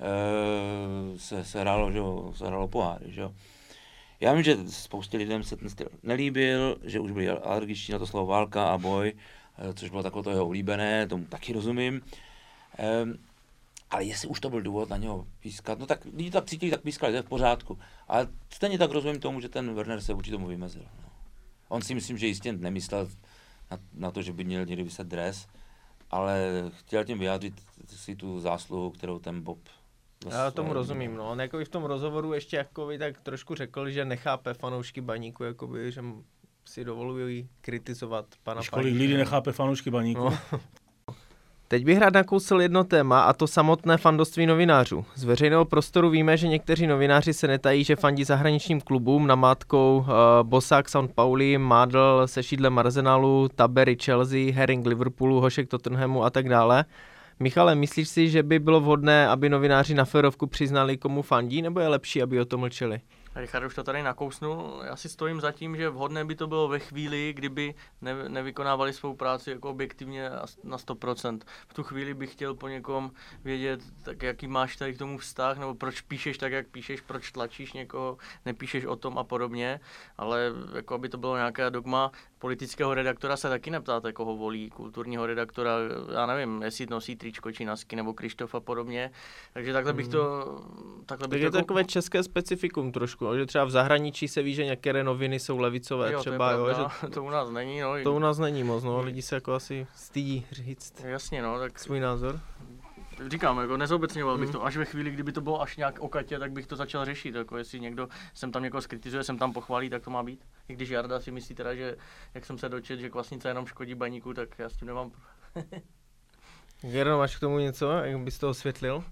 e, se, se hrálo, že, se hrálo poháry. Že? Já vím, že spoustě lidem se ten styl nelíbil, že už byli alergičtí na to slovo válka a boj, e, což bylo takové to jeho oblíbené, tomu taky rozumím. E, Ale jestli už to byl důvod na něho pískat, no tak lidi tak cítili, tak pískali, to je v pořádku. Ale stejně tak rozumím tomu, že ten Werner se vůči tomu vymezil. No. On si myslím, že jistě nemyslel na, na to, že by měl někdy vyset dres, ale chtěl tím vyjádřit si tu zásluhu, kterou ten Bob... Já tomu rozumím, no. On jako i v tom rozhovoru ještě jakoby tak trošku řekl, že nechápe fanoušky Baníku, jakoby, že si dovolují kritizovat pana Baníka. Kolik lidí nechápe fanoušky Baníku? No. Teď bych rád nakousil jedno téma, a to samotné fandovství novinářů. Z veřejného prostoru víme, že někteří novináři se netají, že fandí zahraničním klubům, namátkou uh, Bosák Saint Pauli, Mádl se šídlem Arsenalu, Tabery Chelsea, Herring Liverpoolu, Hošek Tottenhamu a tak dále. Michale, myslíš si, že by bylo vhodné, aby novináři na férovku přiznali, komu fandí, nebo je lepší, aby o tom mlčeli? Richard už to tady nakousnul. Já si stojím za tím, že vhodné by to bylo ve chvíli, kdyby ne, nevykonávali svou práci jako objektivně na sto procent. V tu chvíli bych chtěl po někom vědět, tak jaký máš tady k tomu vztah, nebo proč píšeš tak, jak píšeš, proč tlačíš někoho, nepíšeš o tom a podobně. Ale jako aby to bylo nějaké dogma, politického redaktora se taky neptáte, koho volí, kulturního redaktora, já nevím, jestli nosí tričko či nasky nebo Krištof a podobně. Takže takhle bych to... Takhle bych Takže je to jako... takové české specifikum trošku, že třeba v zahraničí se ví, že některé noviny jsou levicové, jo, třeba, to, jo, že to u nás není, no. To u nás není moc, no, lidi se jako asi stydí říct Jasně, no, tak svůj názor. Říkám, jako nezobecňoval Mm. bych to, až ve chvíli, kdyby to bylo až nějak o Katě, tak bych to začal řešit, jako jestli někdo sem tam někoho skritizuje, sem tam pochválí, tak to má být. I když Jarda si myslí teda, že jak jsem se dočet, že Kvasnice jenom škodí Baníku, tak já s tím nemám. Jardo, máš k tomu něco, jak bys to osvětlil?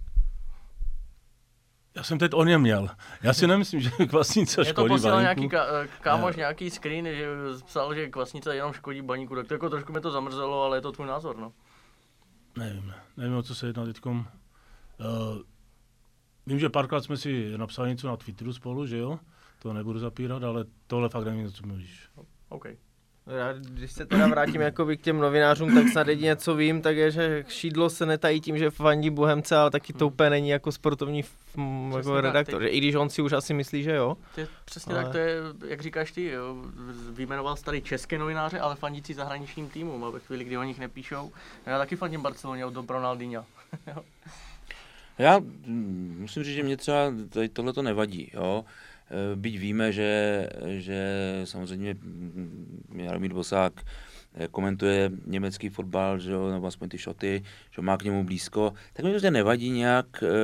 Já jsem teď o něm měl. Já si nemyslím, že Kvasnice Mě to škodí posílal Baníku. nějaký ka- kámoš, nějaký screen, že psal, že Kvasnice jenom škodí Baníku, tak to jako trošku mě to zamrzelo, ale je to tvůj názor, no. Nevím, nevím, o co se jedná teďkom. Uh, vím, že párkrát jsme si napsali něco na Twitteru spolu, že jo? To nebudu zapírat, ale tohle fakt nevím, o co mluvíš. OK. Já, když se teda vrátím jakoby k těm novinářům, tak snad jedině co vím, tak je, že Šídlo se netají tím, že fandí Bohemce, ale taky to úplně není jako sportovní f- jako tak, redaktor. ty- Že, I když on si už asi myslí, že jo. To je přesně Ale- tak, to je, jak říkáš ty, jo, vyjmenoval jsi tady české novináře, ale fandící zahraničním týmům a ve chvíli, kdy o nich nepíšou. Já taky fandím Barceloně od do Ronaldinha. Já mm, musím říct, že mě třeba tady tohle to nevadí, jo. E, Byť víme, že, že samozřejmě mm, Jaromír Bosák e, komentuje německý fotbal, že jo, nebo aspoň ty šoty, že má k němu blízko, tak mi prostě nevadí nějak, e,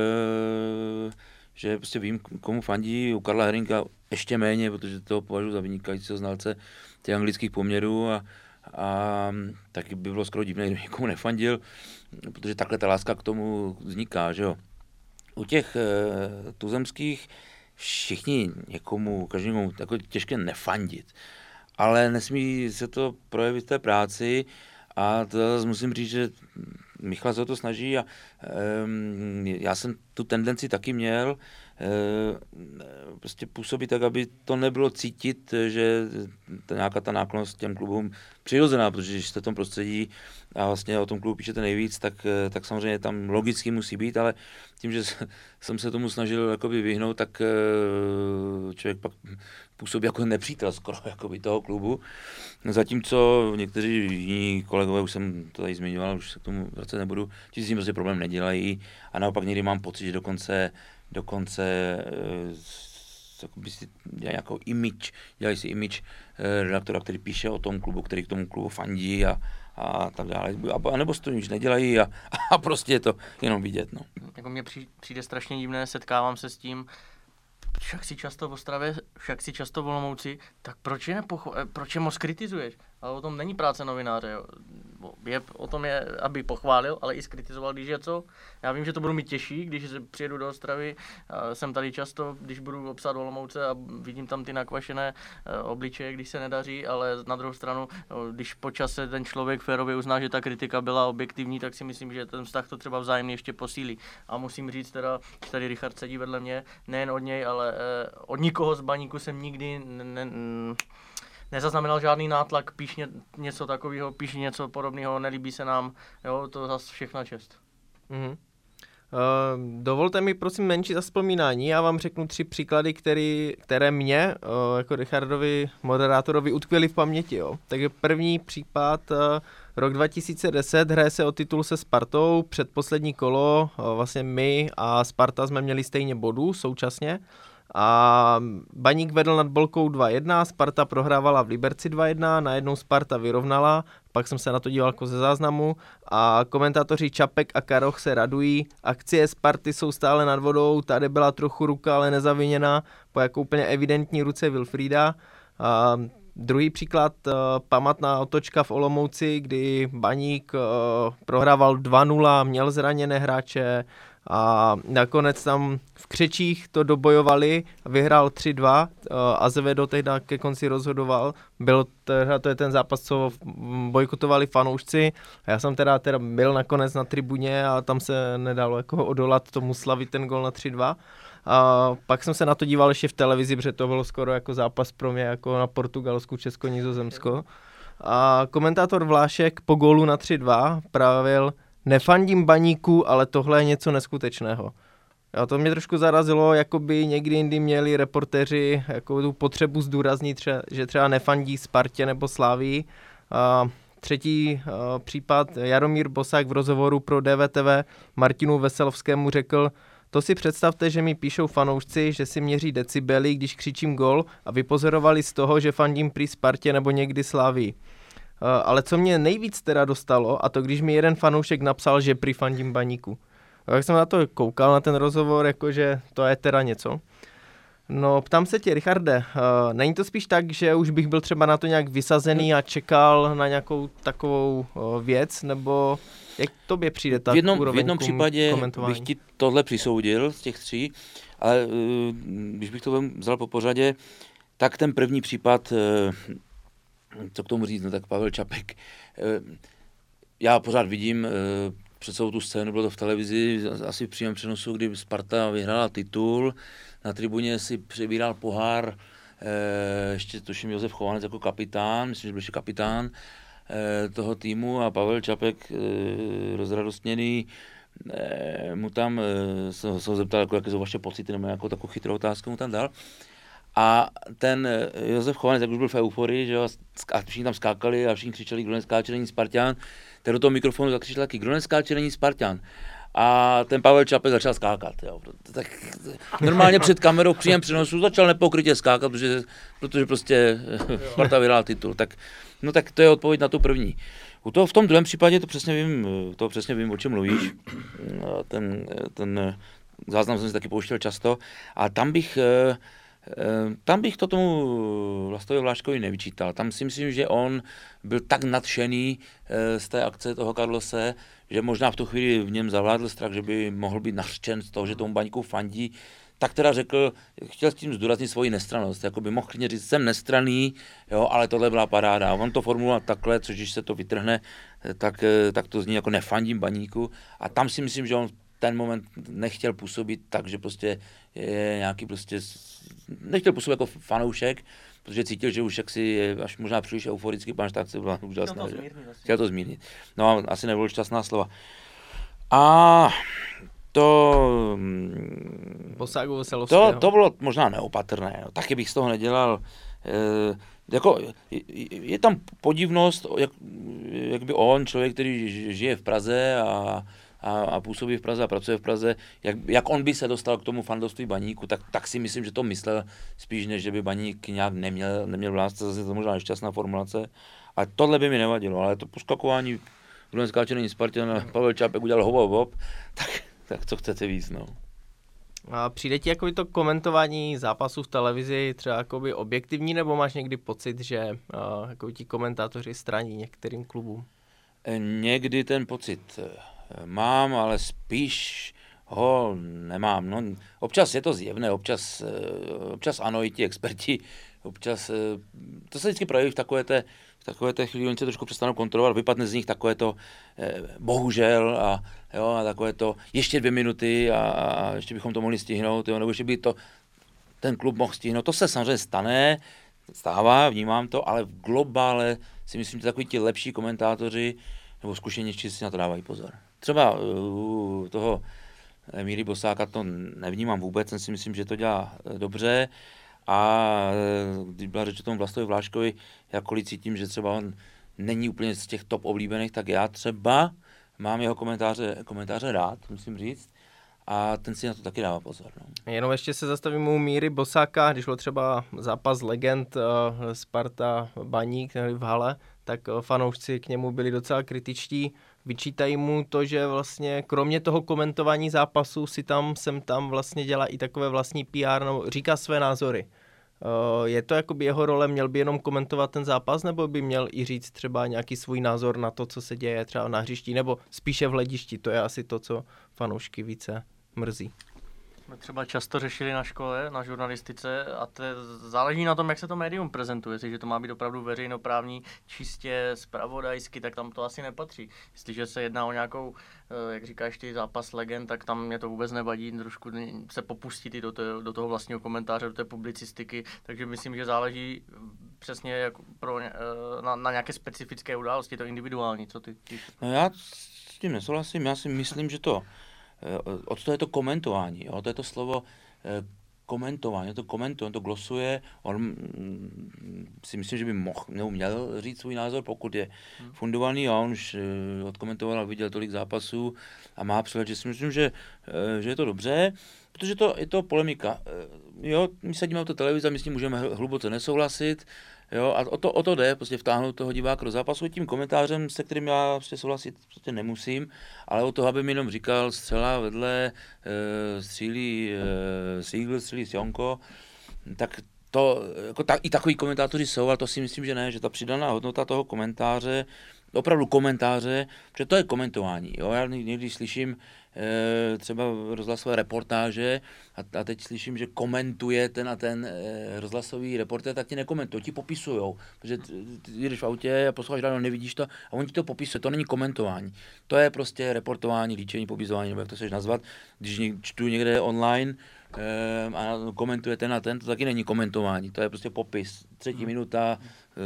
že prostě vím, komu fandí, u Karla Herinka ještě méně, protože toho považuji za vynikajícího znalce těch anglických poměrů a, a taky by bylo skoro divné, kdyby někomu nefandil, protože takhle ta láska k tomu vzniká, že jo. U těch e, tuzemských všichni někomu, každému jako těžké nefandit, ale nesmí se to projevit v té práci a to zase musím říct, že Michal se o to snaží a um, já jsem tu tendenci taky měl um, prostě působit tak, aby to nebylo cítit, že ta nějaká ta náklonost těm klubům přirozená, protože když jste v tom prostředí a vlastně o tom klubu píšete nejvíc, tak, tak samozřejmě tam logicky musí být, ale tím, že jsem se tomu snažil jakoby vyhnout, tak člověk pak působí jako nepřítel skoro jakoby toho klubu. Zatímco někteří jiní kolegové, už jsem to tady zmiňoval, už se k tomu vracet nebudu, ti s tím prostě problém nedělají a naopak někdy mám pocit, že dokonce, dokonce by si dělají nějakou image, dělají si image redaktora, který píše o tom klubu, který k tomu klubu fandí a, a tak dále. A, a nebo si to nic nedělají a, a prostě je to jenom vidět. No. Jako mně přijde strašně divné, setkávám se s tím, však si často v Ostravě, však si často v Olomouci, tak proč je, nepocho- proč je moc kritizuješ? Ale o tom není práce novináře. Jo. Je, o tom je, aby pochválil, ale i skritizoval, když je co. Já vím, že to budu mít těžší, když přijedu do Ostravy. Jsem tady často, když budu obsát Olomouce a vidím tam ty nakvašené obličeje, když se nedaří, ale na druhou stranu, když po čase ten člověk férově uzná, že ta kritika byla objektivní, tak si myslím, že ten vztah to třeba vzájemně ještě posílí. A musím říct teda, že tady Richard sedí vedle mě, nejen od něj, ale od nikoho z Baníku jsem nikdy ne, ne, nezaznamenal žádný nátlak, píš ně, něco takového, píš něco podobného, nelíbí se nám, jo, to zase všechna čest. Mhm. Uh, dovolte mi prosím menší zavzpomínání, já vám řeknu tři příklady, který, které mě, uh, jako Richardovi, moderátorovi, utkvěly v paměti. Jo. Takže první případ, uh, rok dva tisíce deset, hraje se o titul se Spartou, předposlední kolo, uh, vlastně my a Sparta jsme měli stejně bodů současně. A Baník vedl nad Bolkou dva jedna, Sparta prohrávala v Liberci dva jedna, najednou Sparta vyrovnala, pak jsem se na to díval jako ze záznamu a komentátoři Čapek a Karoch se radují, akcie Sparty jsou stále nad vodou, tady byla trochu ruka, ale nezaviněná, po jako úplně evidentní ruce Wilfrieda. A druhý příklad, pamatná otočka v Olomouci, kdy Baník prohrával dva nula, měl zraněné hráče, a nakonec tam v křečích to dobojovali, vyhrál tři dva, Azevedo tehda ke konci rozhodoval, byl teda, to je ten zápas, co bojkotovali fanoušci, já jsem teda, teda byl nakonec na tribuně a tam se nedalo jako odolat tomu slavit ten gol na tři dva. A pak jsem se na to díval ještě v televizi, protože to bylo skoro jako zápas pro mě jako na Portugalsku, Česko, Nizozemsko. A komentátor Vlášek po gólu na tři dva pravil: nefandím Baníku, ale tohle je něco neskutečného. Jo, to mě trošku zarazilo, jako by někdy jindy měli reportéři jako tu potřebu zdůraznit, tře- že třeba nefandí Spartě nebo Slavii. A třetí a, případ, Jaromír Bosák v rozhovoru pro D V T V Martinu Veselovskému řekl: to si představte, že mi píšou fanoušci, že si měří decibely, když křičím gol, a vypozorovali z toho, že fandím prý Spartě nebo někdy Slavii. Uh, ale co mě nejvíc teda dostalo, a to když mi jeden fanoušek napsal, že prý fandím Baníku. Jak jsem na to koukal, na ten rozhovor, jakože to je teda něco. No, ptám se tě, Richarde, uh, není to spíš tak, že už bych byl třeba na to nějak vysazený a čekal na nějakou takovou uh, věc, nebo jak tobě přijde ta v jednom, úroveň v jednom případě komentování? bych ti tohle přisoudil z těch tří, ale uh, když bych to vzal po pořadě, tak ten první případ, uh, co k tomu říct, no tak Pavel Čapek. Já pořád vidím před celou tu scénu, bylo to v televizi, asi v přímém přenosu, kdy Sparta vyhrála titul, na tribuně si přebíral pohár, ještě tuším Josef Chovanec jako kapitán, myslím, že byl ještě kapitán toho týmu, a Pavel Čapek, rozradostněný, mu tam, jsem ho zeptal, jako, jaké jsou vaše pocity, nebo nějakou takovou chytrou otázku mu tam dal. A ten Josef Chovanec, jak už byl v euforii, že jo, a všichni tam skákali a všichni křičeli, kdo neskáče, není Spartan, ten do toho mikrofonu zakřičel taky, kdo neskáče, není Spartan. A ten Pavel Čapek začal skákat. Jo. Tak normálně před kamerou v přímém přenosu začal nepokrytě skákat, protože, protože prostě Sparta vyhrál titul. Tak, no tak to je odpověď na tu první. U toho, v tom druhém případě to přesně vím, to přesně vím, o čem mluvíš. Ten, ten záznam jsem si taky pouštěl často. A tam bych... Tam bych to tomu Vlastovi Vláškovi nevyčítal. Tam si myslím, že on byl tak nadšený z té akce toho Carlose, že možná v tu chvíli v něm zavládl strach, že by mohl být nařčen z toho, že tomu Baníku fandí. Tak teda řekl, chtěl s tím zdůraznit svoji nestrannost. Jako by mohl klidně říct, jsem nestranný, jo, ale tohle byla paráda. On to formuloval takhle, což když se to vytrhne, tak, tak to zní jako nefandím Baníku. A tam si myslím, že on ten moment nechtěl působit tak, že prostě je nějaký prostě, nechtěl působit jako fanoušek, protože cítil, že už jaksi je až možná příliš euforický, pan Štárce byla úžasná. Chtěl to zmírnit. Chtěl to zmírnit. No, asi nebylo šťastná slova. A to... Bosáku Veselovského. To, to bylo možná neopatrné. No. Taky bych z toho nedělal... Eh, jako, je, je tam podivnost, jak, jak by on, člověk, který žije v Praze a A, a působí v Praze a pracuje v Praze, jak, jak on by se dostal k tomu fandovství Baníku, tak, tak si myslím, že to myslel spíš, než že by Baník nějak neměl, neměl v lásce, zase to možná nešťastná formulace. A tohle by mi nevadilo, ale to poskakování, kdo neskáče není Spartan, Pavel Čapek udělal hop, hop, tak, tak co chcete víc, no. A přijde ti jakoby to komentování zápasů v televizi třeba jakoby objektivní, nebo máš někdy pocit, že uh, jako ti komentátoři straní některým klubům? Někdy ten pocit mám, ale spíš ho nemám. No, občas je to zjevné, občas, občas ano, i ti experti, občas, to se vždycky projeví v takové té, v takové té chvíli, oni se trošku přestanou kontrolovat, vypadne z nich takové to bohužel a, jo, a takové to ještě dvě minuty a, a ještě bychom to mohli stihnout, jo, nebo ještě by to ten klub mohl stihnout. To se samozřejmě stane, stává, vnímám to, ale v globále si myslím, že takový ti lepší komentátoři nebo zkušenější si na to dávají pozor. Třeba u toho Míry Bosáka to nevnímám vůbec, ten si myslím, že to dělá dobře. A když byla řeč o tom Vlastovi Vláškovi, jakkoliv cítím, že třeba on není úplně z těch top oblíbených, tak já třeba mám jeho komentáře, komentáře rád, musím říct. A ten si na to taky dává pozor. No. Jenom ještě se zastavím u Míry Bosáka, když byl třeba zápas legend uh, Sparta Baník v hale, tak uh, fanoušci k němu byli docela kritičtí. Vyčítají mu to, že vlastně kromě toho komentování zápasu si tam sem tam vlastně dělá i takové vlastní P R, no, říká své názory. Uh, je to jakoby jeho role, měl by jenom komentovat ten zápas, nebo by měl i říct třeba nějaký svůj názor na to, co se děje třeba na hřišti, nebo spíše v hledišti, to je asi to, co fanoušky více mrzí. My třeba často řešili na škole, na žurnalistice a to záleží na tom, jak se to médium prezentuje. Jestliže to má být opravdu veřejnoprávní, čistě zpravodajsky, tak tam to asi nepatří. Jestliže se jedná o nějakou, jak říkáš ty, zápas legend, tak tam mě to vůbec nevadí, trošku se popustit i do, to, do toho vlastního komentáře, do té publicistiky, takže myslím, že záleží přesně jako pro, na, na nějaké specifické události, to individuální, co ty? No já s tím nesouhlasím, já si myslím, že to od toho je to komentování, jo? To je to slovo komentování, to komentuje, on to glosuje, on si myslím, že by mohl, neuměl říct svůj názor, pokud je fundovaný a on už odkomentoval a viděl tolik zápasů a má přehled, že si myslím, že, že je to dobře, protože to je to polemika. Jo, my sedíme u té televize, my s tím můžeme hluboce nesouhlasit, jo, a o to, o to jde, prostě vtáhnout toho diváka do zápasu tím komentářem, se kterým já prostě souhlasit prostě nemusím, ale o to, aby mi jenom říkal střela vedle, e, střílí e, Siegl, střílí Sionko, tak to, jako ta, i takový komentátoři jsou, ale to si myslím, že ne, že ta přidaná hodnota toho komentáře, opravdu komentáře, protože to je komentování, jo, já někdy slyším e, třeba rozhlasové reportáže a, a teď slyším, že komentuje ten a ten e, rozhlasový reportér, tak ti nekomentují, ti popisujou, protože ty, ty jdeš v autě a posloucháš rádio, nevidíš to a oni ti to popisuje, to není komentování, to je prostě reportování, líčení, popisování, nebo jak to chceš nazvat, když něk, čtu někde online e, a komentuje ten a ten, to taky není komentování, to je prostě popis, třetí hmm. minuta,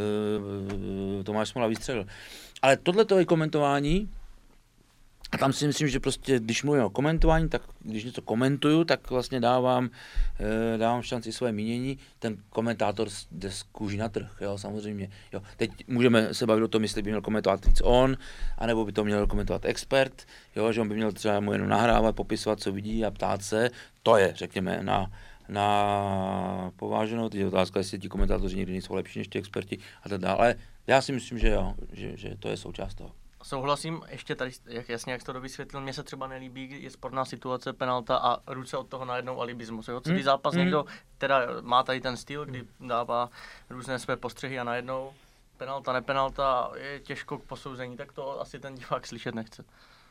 e, Tomáš Smola vystřelil. Ale tohle to je komentování a tam si myslím, že prostě, když mluvím o komentování, tak když něco komentuju, tak vlastně dávám, e, dávám šanci své mínění, ten komentátor jde z kůží na trh, jo, samozřejmě. Jo. Teď můžeme se bavit o tom, jestli by měl komentovat víc on, anebo by to měl komentovat expert, jo, že on by měl třeba mu jenom nahrávat, popisovat, co vidí a ptát se, to je, řekněme, na na pováženou, teď je otázka, jestli ti komentátoři někdy nejsou lepší než ti experti a tak dále, ale já si myslím, že jo, že, že to je součást toho. Souhlasím, ještě tady, jak jasně, jak jsi to vysvětlil, mně se třeba nelíbí, je sporná situace, penalta a ruce od toho najednou alibismus. Jo? Celý hmm. zápas hmm. někdo, teda má tady ten styl, kdy dává různé své postřehy a najednou penalta, nepenalta, je těžko k posouzení, tak to asi ten divák slyšet nechce.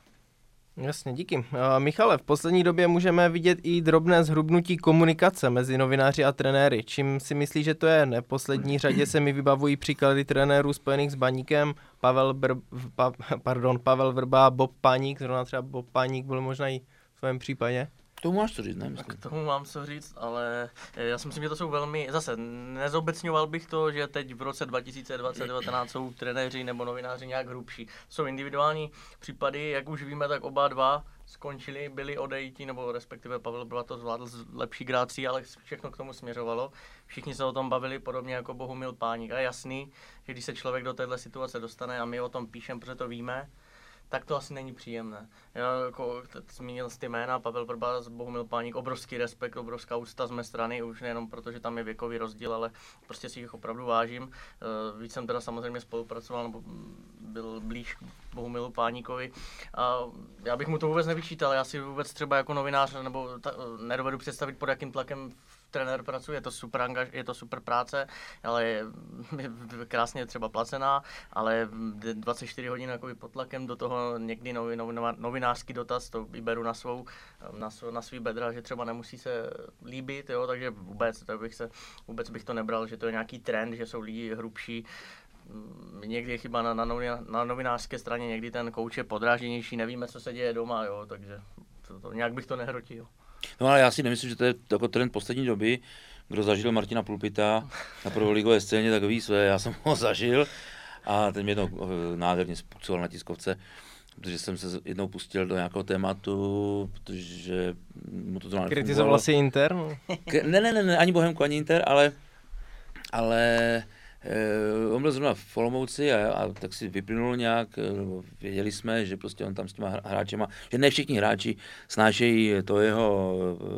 Jasně, díky. Uh, Michale, v poslední době můžeme vidět i drobné zhrubnutí komunikace mezi novináři a trenéry. Čím si myslíš, že to je? V neposlední řadě se mi vybavují příklady trenérů spojených s Baníkem, Pavel, Br- pa, pardon, Pavel Vrba, Bob Páník, zrovna třeba Bob Páník byl možná i v tvém případě. K tomu máš co říct, ne? K tomu mám co říct, ale já si myslím, že to jsou velmi, zase nezobecňoval bych to, že teď v roce dva tisíce dvacet devatenáct jsou trenéři nebo novináři nějak hrubší. Jsou individuální případy, jak už víme, tak oba dva skončili, byli odejítí, nebo respektive Pavel byla to zvládl s lepší grácí, ale všechno k tomu směřovalo. Všichni se o tom bavili podobně jako Bohumil Páník. A je jasný, že když se člověk do téhle situace dostane a my o tom píšeme, protože to víme, tak to asi není příjemné. Já jako zmínil jsi ty jména, Pavel Vrba, Bohumil Páník, obrovský respekt, obrovská úcta z mé strany, už nejenom proto, že tam je věkový rozdíl, ale prostě si jich opravdu vážím. Víc jsem teda samozřejmě spolupracoval, nebo byl blíž k Bohumilu Páníkovi. A já bych mu to vůbec nevyčítal, já si vůbec třeba jako novinář nebo ta, nedovedu představit, pod jakým tlakem trenér pracuje, je to super angaž, je to super práce, ale je, je krásně třeba placená, ale dvacet čtyři hodin jako pod tlakem, do toho někdy novi, novi, novinářský dotaz, to beru na svou, na, svou, na svý bedra, že třeba nemusí se líbit, jo, takže vůbec, tak bych se, vůbec bych to nebral, že to je nějaký trend, že jsou lidi hrubší. Někdy je chyba na, na, na novinářské straně, někdy ten kouč je podrážděnější, nevíme, co se děje doma, jo, takže to, to, nějak bych to nehrotil. No ale já si nemyslím, že to je jako trend poslední doby. Kdo zažil Martina Pulpita na prvoligové scéně, tak ví své, já jsem ho zažil a ten mě to nádherně spucoval na tiskovce protože jsem se jednou pustil do nějakého tématu, protože mu to zrovna kritizoval si Inter? No. K- ne, ne, ne, ani Bohemku, ani Inter, ale, ale eh, on byl zrovna v Olomouci a, a tak si vyplynulo nějak, věděli jsme, že prostě on tam s těma hráčema, že ne všichni hráči snášejí to jeho,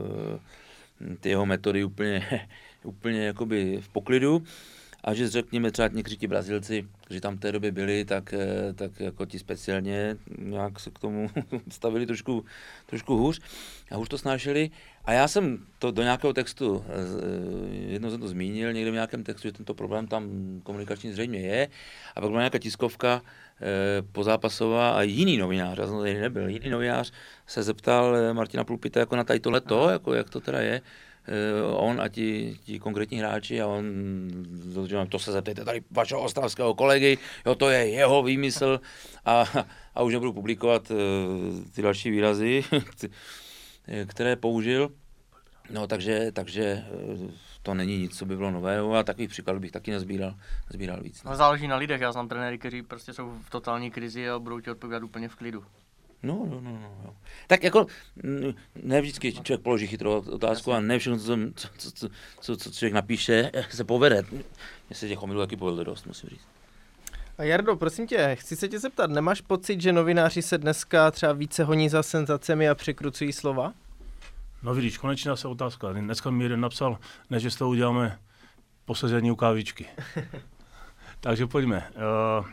ty jeho metody úplně, úplně jakoby v poklidu. A že řekněme třeba někteří ti Brazilci, kteří tam v té době byli, tak, tak jako ti speciálně nějak se k tomu stavili trošku, trošku hůř a hůř to snášeli. A já jsem to do nějakého textu, jednou jsem to zmínil někde v nějakém textu, že tento problém tam komunikační zřejmě je. A pak byla nějaká tiskovka po zápasová a jiný novinář, já jsem tady nebyl, jiný novinář se zeptal Martina Plupita jako na tady tohleto, jako jak to teda je. On a ti, ti konkrétní hráči a on, to se zeptejte tady vašeho ostravského kolegy, jo, to je jeho výmysl a, a už nebudu publikovat ty další výrazy, které použil. No takže, takže to není nic, co by bylo nového a takových příkladů bych taky nezbíral, nezbíral víc. No, záleží na lidech, já znám trenéry, kteří prostě jsou v totální krizi a budou ti odpovídat úplně v klidu. No, no, no, no. Tak jako ne vždycky člověk položí chytrou otázku a ne všechno, co, co, co, co, co člověk napíše, se povede. Mně se těch omylů taky povedlo dost, musím říct. A Jardo, prosím tě, chci se tě zeptat, nemáš pocit, že novináři se dneska třeba více honí za senzacemi a překrucují slova? No vidíš, konečně se otázka. Dneska mi jeden napsal, ne, že z toho uděláme posezení u kávičky. Takže pojďme. Uh,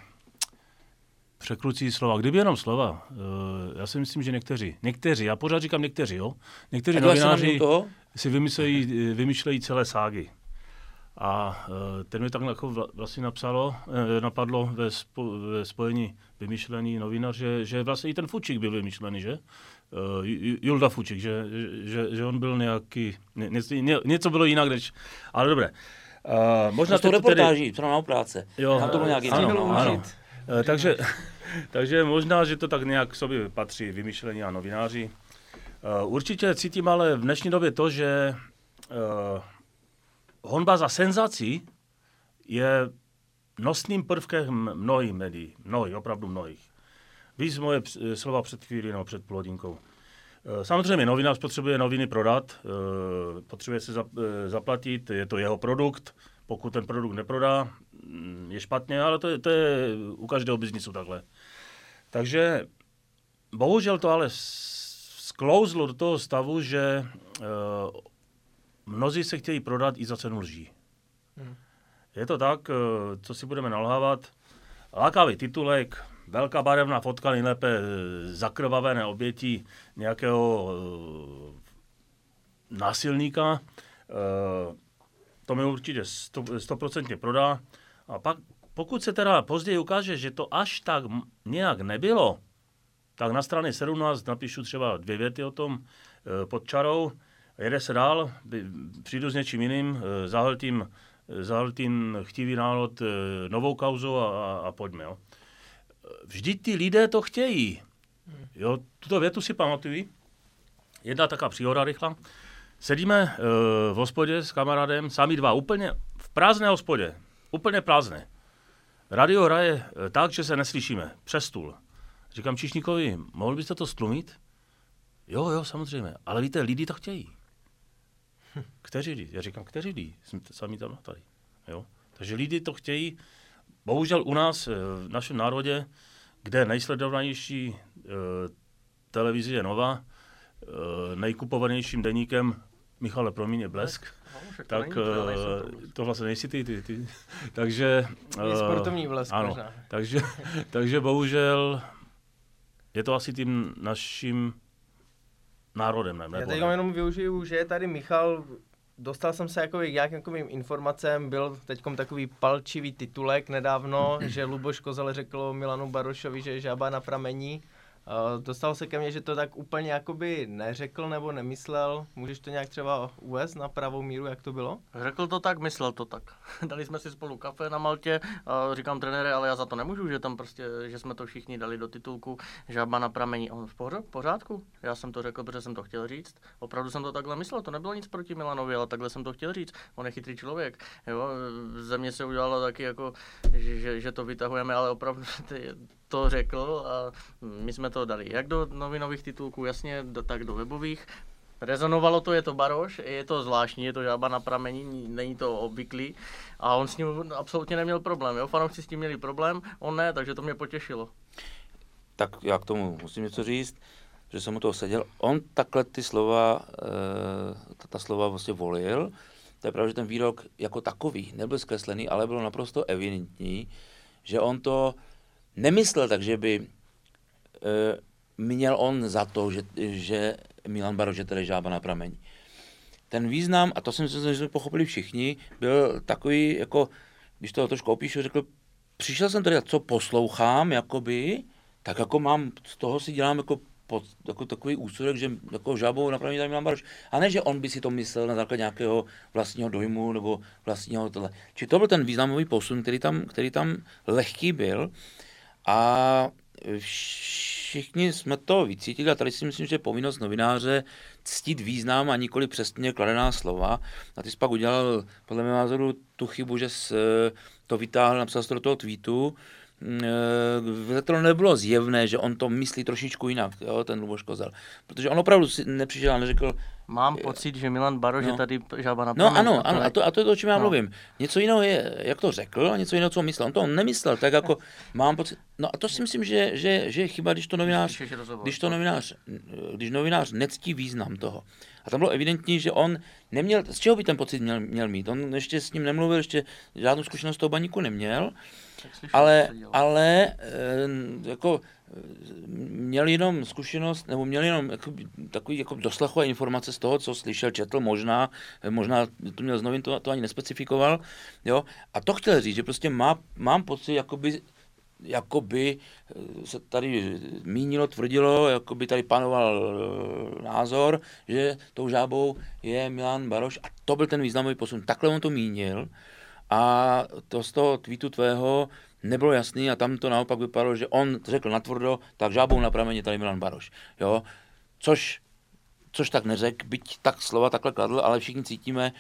Překrucí slova. Kdyby jenom slova, uh, já si myslím, že někteří, někteří, já pořád říkám někteří, jo? Někteří novináři si vymyslejí, vymýšlejí celé ságy. A uh, ten mi tak jako vlastně napsalo, eh, napadlo ve, spo, ve spojení vymyšlený novinář, že, že vlastně i ten Fučík byl vymyšlený, že? Uh, Julda Fučík, že, že, že on byl nějaký, ně, ně, něco bylo jinak, než, ale dobré. Uh, možná to reportáží, to nám práce. Jo, nám to bylo nějak ano, ano, ano. Uh, takže, takže možná, že to tak nějak k sobě patří vymyšlení a novináři. Uh, určitě cítím ale v dnešní době to, že uh, honba za senzací je nosným prvkem mnohých médií, mnohých, opravdu mnohých. Víš moje slova před chvílí nebo před půl hodinkou. Samozřejmě novinář potřebuje noviny prodat, potřebuje se zaplatit, je to jeho produkt, pokud ten produkt neprodá, je špatně, ale to je, to je u každého biznisu takhle. Takže bohužel to ale sklouzlo do toho stavu, že mnozí se chtějí prodat i za cenu lží. Hmm. Je to tak, co si budeme nalhávat, lákavý titulek, velká barevná fotka, nejlépe zakrvavené obětí nějakého uh, násilníka. Uh, to mi určitě stoprocentně prodá. A pak, pokud se teda později ukáže, že to až tak nějak nebylo, tak na straně sedmnáct napíšu třeba dvě věty o tom uh, pod čarou, jede se dál, přijdu s něčím jiným, uh, zahltím, zahltím chtivý národ uh, novou kauzu a, a, a pojďme, jo. Vždyť ty lidé to chtějí. Jo, tuto větu si pamatuju. Jedna taková příhoda rychlá. Sedíme uh, v hospodě s kamarádem, sami dva, úplně v prázdné hospodě. Úplně prázdné. Radio hraje uh, tak, že se neslyšíme. Přes stůl. Říkám číšníkovi, mohl byste to stlumit? Jo, jo, samozřejmě. Ale víte, lidi to chtějí. Kteří lidi? Já říkám, kteří lidi? Jsme sami tam tady. Jo? Takže lidi to chtějí. Bohužel u nás, v našem národě, kde nejsledovanější e, televize je Nova, e, nejkupovanějším deníkem, Michale, promiň, je Blesk, no, tak e, to vlastně nejsi ty. ty, ty. takže... Je sportovní Blesk ano, možná. Takže, takže bohužel je to asi tím naším národem. Ne, Já teď jenom využiju, že je tady Michal. Dostal jsem se jako k nějakým informacím, byl teďkom takový palčivý titulek nedávno, že Luboš Kozal řekl Milanu Barošovi, že je žába na pramení. Uh, dostal se ke mně, že to tak úplně jakoby neřekl nebo nemyslel. Můžeš to nějak třeba uvést na pravou míru, jak to bylo? Řekl to tak, myslel to tak. Dali jsme si spolu kafe na Maltě a říkám trenére, ale já za to nemůžu, že tam prostě, že jsme to všichni dali do titulku žába na pramení. On v pořádku? Já jsem to řekl, protože jsem to chtěl říct. Opravdu jsem to takhle myslel, to nebylo nic proti Milanovi, ale takhle jsem to chtěl říct. On je chytrý člověk. Jo? Ze mě se udělalo taky jako, že, že, že to vytahujeme, ale opravdu ty, to řekl a my jsme to dali jak do novinových titulků, jasně, do, tak do webových. Rezonovalo to, je to Baroš, je to zvláštní, je to žába na pramení, není to obvyklý a on s ním absolutně neměl problém, jo? Fanoušci s tím měli problém, on ne, takže to mě potěšilo. Tak já k tomu musím něco říct, že jsem mu toho seděl. On takhle ty slova, ta, ta slova vlastně volil. To je pravda, že ten výrok jako takový nebyl zkreslený, ale bylo naprosto evidentní, že on to nemyslel tak, že by měl on za to, že, že Milan Baroš je tedy žába na prameň. Ten význam, a to si myslím, že jsme pochopili všichni, byl takový, jako, když to trošku opíšu, řekl, přišel jsem tady, co poslouchám, jakoby, tak jako mám, z toho si dělám jako, pod, jako takový úsudek, že jako žábou na prameň tady Milan Baroš. A ne, že on by si to myslel na základě nějakého vlastního dojmu nebo vlastního tohle. Či to byl ten významový posun, který tam, který tam lehký byl. A všichni jsme to vycítili a tady si myslím, že je povinnost novináře ctít význam a nikoli přesně kladená slova. A ty jsi pak udělal podle mého názoru tu chybu, že jsi to vytáhl, napsal jsi to do toho tweetu. To nebylo zjevné, že on to myslí trošičku jinak, jo, ten Luboš Kozel. Protože on opravdu si nepřišel a neřekl... Mám pocit, že Milan Baroš no. je tady žába na No ano, ano, a to, a to je to, o čem já no. mluvím. Něco jiného je, jak to řekl, a něco jiného, co myslel. On to nemyslel, tak jako mám pocit... No a to si myslím, že, že, že je chyba, když to novinář... Když to novinář, když novinář nectí význam toho. A tam bylo evidentní, že on neměl... Z čeho by ten pocit měl, měl mít? On ještě s ním nemluvil, ještě žádnou zkušenost toho Baníku neměl. Ale, ale jako měl jenom zkušenost, nebo měl jenom jako, takový jako doslechové informace z toho, co slyšel, četl, možná, možná to měl z novin, to, to ani nespecifikoval, jo, a to chtěl říct, že prostě má, mám pocit, jakoby, jakoby se tady mínilo, tvrdilo, jakoby tady panoval názor, že tou žábou je Milan Baroš a to byl ten významový posun, takhle on to mínil. A to z toho tweetu tvého nebylo jasný a tam to naopak vypadalo, že on řekl natvrdo, tak žábou na prameni tady Milan Baroš. Jo? Což, což tak neřekl, byť tak slova takhle kladl, ale všichni cítíme,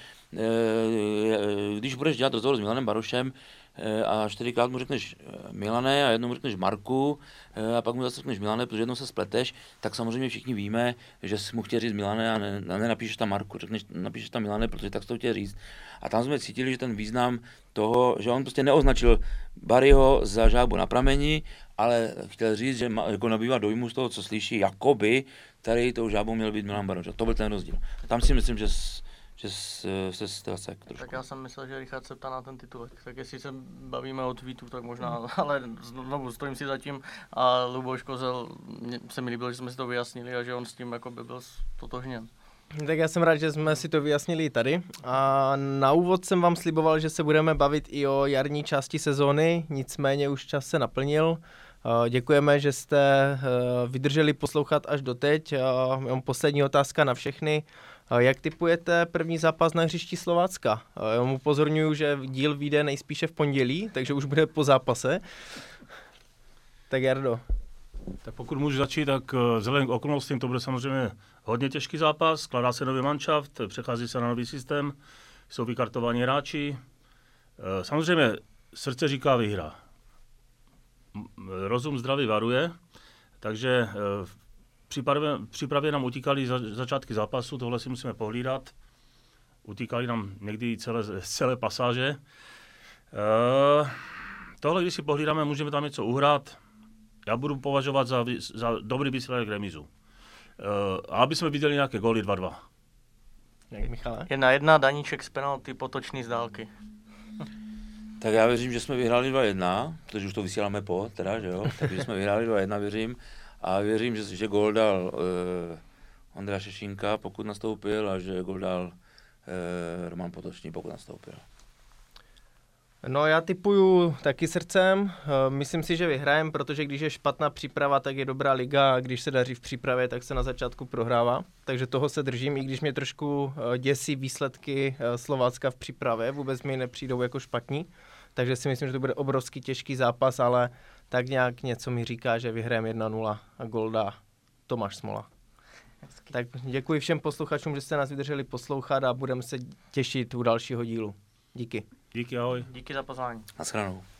když budeš dělat rozhovor s Milanem Barošem a čtyřikrát mu řekneš Milane a jednou mu řekneš Marku a pak mu zase řekneš Milane, protože jednou se spleteš, tak samozřejmě všichni víme, že jsi mu chtěl říct Milane a, ne, a nenapíšeš tam Marku, řekneš, napíšeš tam Milane, protože tak jsi to chtěl říct. A tam jsme cítili, že ten význam toho, že on prostě neoznačil Barryho za žábu na prameni, ale chtěl říct, že má, jako nabývá dojmu z toho, co slyší, jakoby tady tou žábou měl být Milan Baroš. To byl ten rozdíl. Tam si myslím, že s, že se ztracek trošku. Tak já jsem myslel, že Richard se ptá na ten titulek. Tak jestli se bavíme o tweetu, tak možná, ale znovu stojím si zatím a Luboš Kozel, se mi líbilo, že jsme si to vyjasnili a že on s tím jako by byl totožněn. Tak já jsem rád, že jsme si to vyjasnili i tady. A na úvod jsem vám sliboval, že se budeme bavit i o jarní části sezóny, nicméně už čas se naplnil. Děkujeme, že jste vydrželi poslouchat až doteď. Mám poslední otázka na všechny. Jak tipujete první zápas na hřišti Slovácka? Já mu upozorňuji, že díl vyjde nejspíše v pondělí, takže už bude po zápase. Tak Jardo. Tak pokud můžu začít, tak vzhledem k okolnostím to bude samozřejmě hodně těžký zápas. Skladá se nový manšaft, přechází se na nový systém, jsou vykartovaní hráči. Samozřejmě srdce říká výhra. Rozum zdraví varuje, takže v přípravě, přípravě nám utíkaly za, začátky zápasu, tohle si musíme pohlídat. Utíkaly nám někdy celé, celé pasáže. E, tohle, když si pohlídáme, můžeme tam něco uhrát. Já budu považovat za, za dobrý výsledek remízu. E, a aby jsme viděli nějaké góly dva dva. Jak Michale? Jedna jedna, Daníček z penalty, Potočný z dálky. Tak já věřím, že jsme vyhráli dva jedna, protože už to vysíláme po, teda, že jo? Takže jsme vyhráli dva jedna, věřím. A věřím, že, že gól dal uh, Ondra Šešínka, pokud nastoupil, a že gól dal uh, Roman Potočný, pokud nastoupil. No já tipuju taky srdcem. Myslím si, že vyhrajem, protože když je špatná příprava, tak je dobrá liga a když se daří v přípravě, tak se na začátku prohrává. Takže toho se držím, i když mě trošku děsí výsledky Slovácka v přípravě. Vůbec mi nepřijdou jako špatní. Takže si myslím, že to bude obrovský těžký zápas, ale tak nějak něco mi říká, že vyhrajeme jedna nula a gól dá Tomáš Smola. Tak děkuji všem posluchačům, že jste nás vydrželi poslouchat a budeme se těšit u dalšího dílu. Díky. Díky, ahoj. Díky za pozvání. Naschledanou.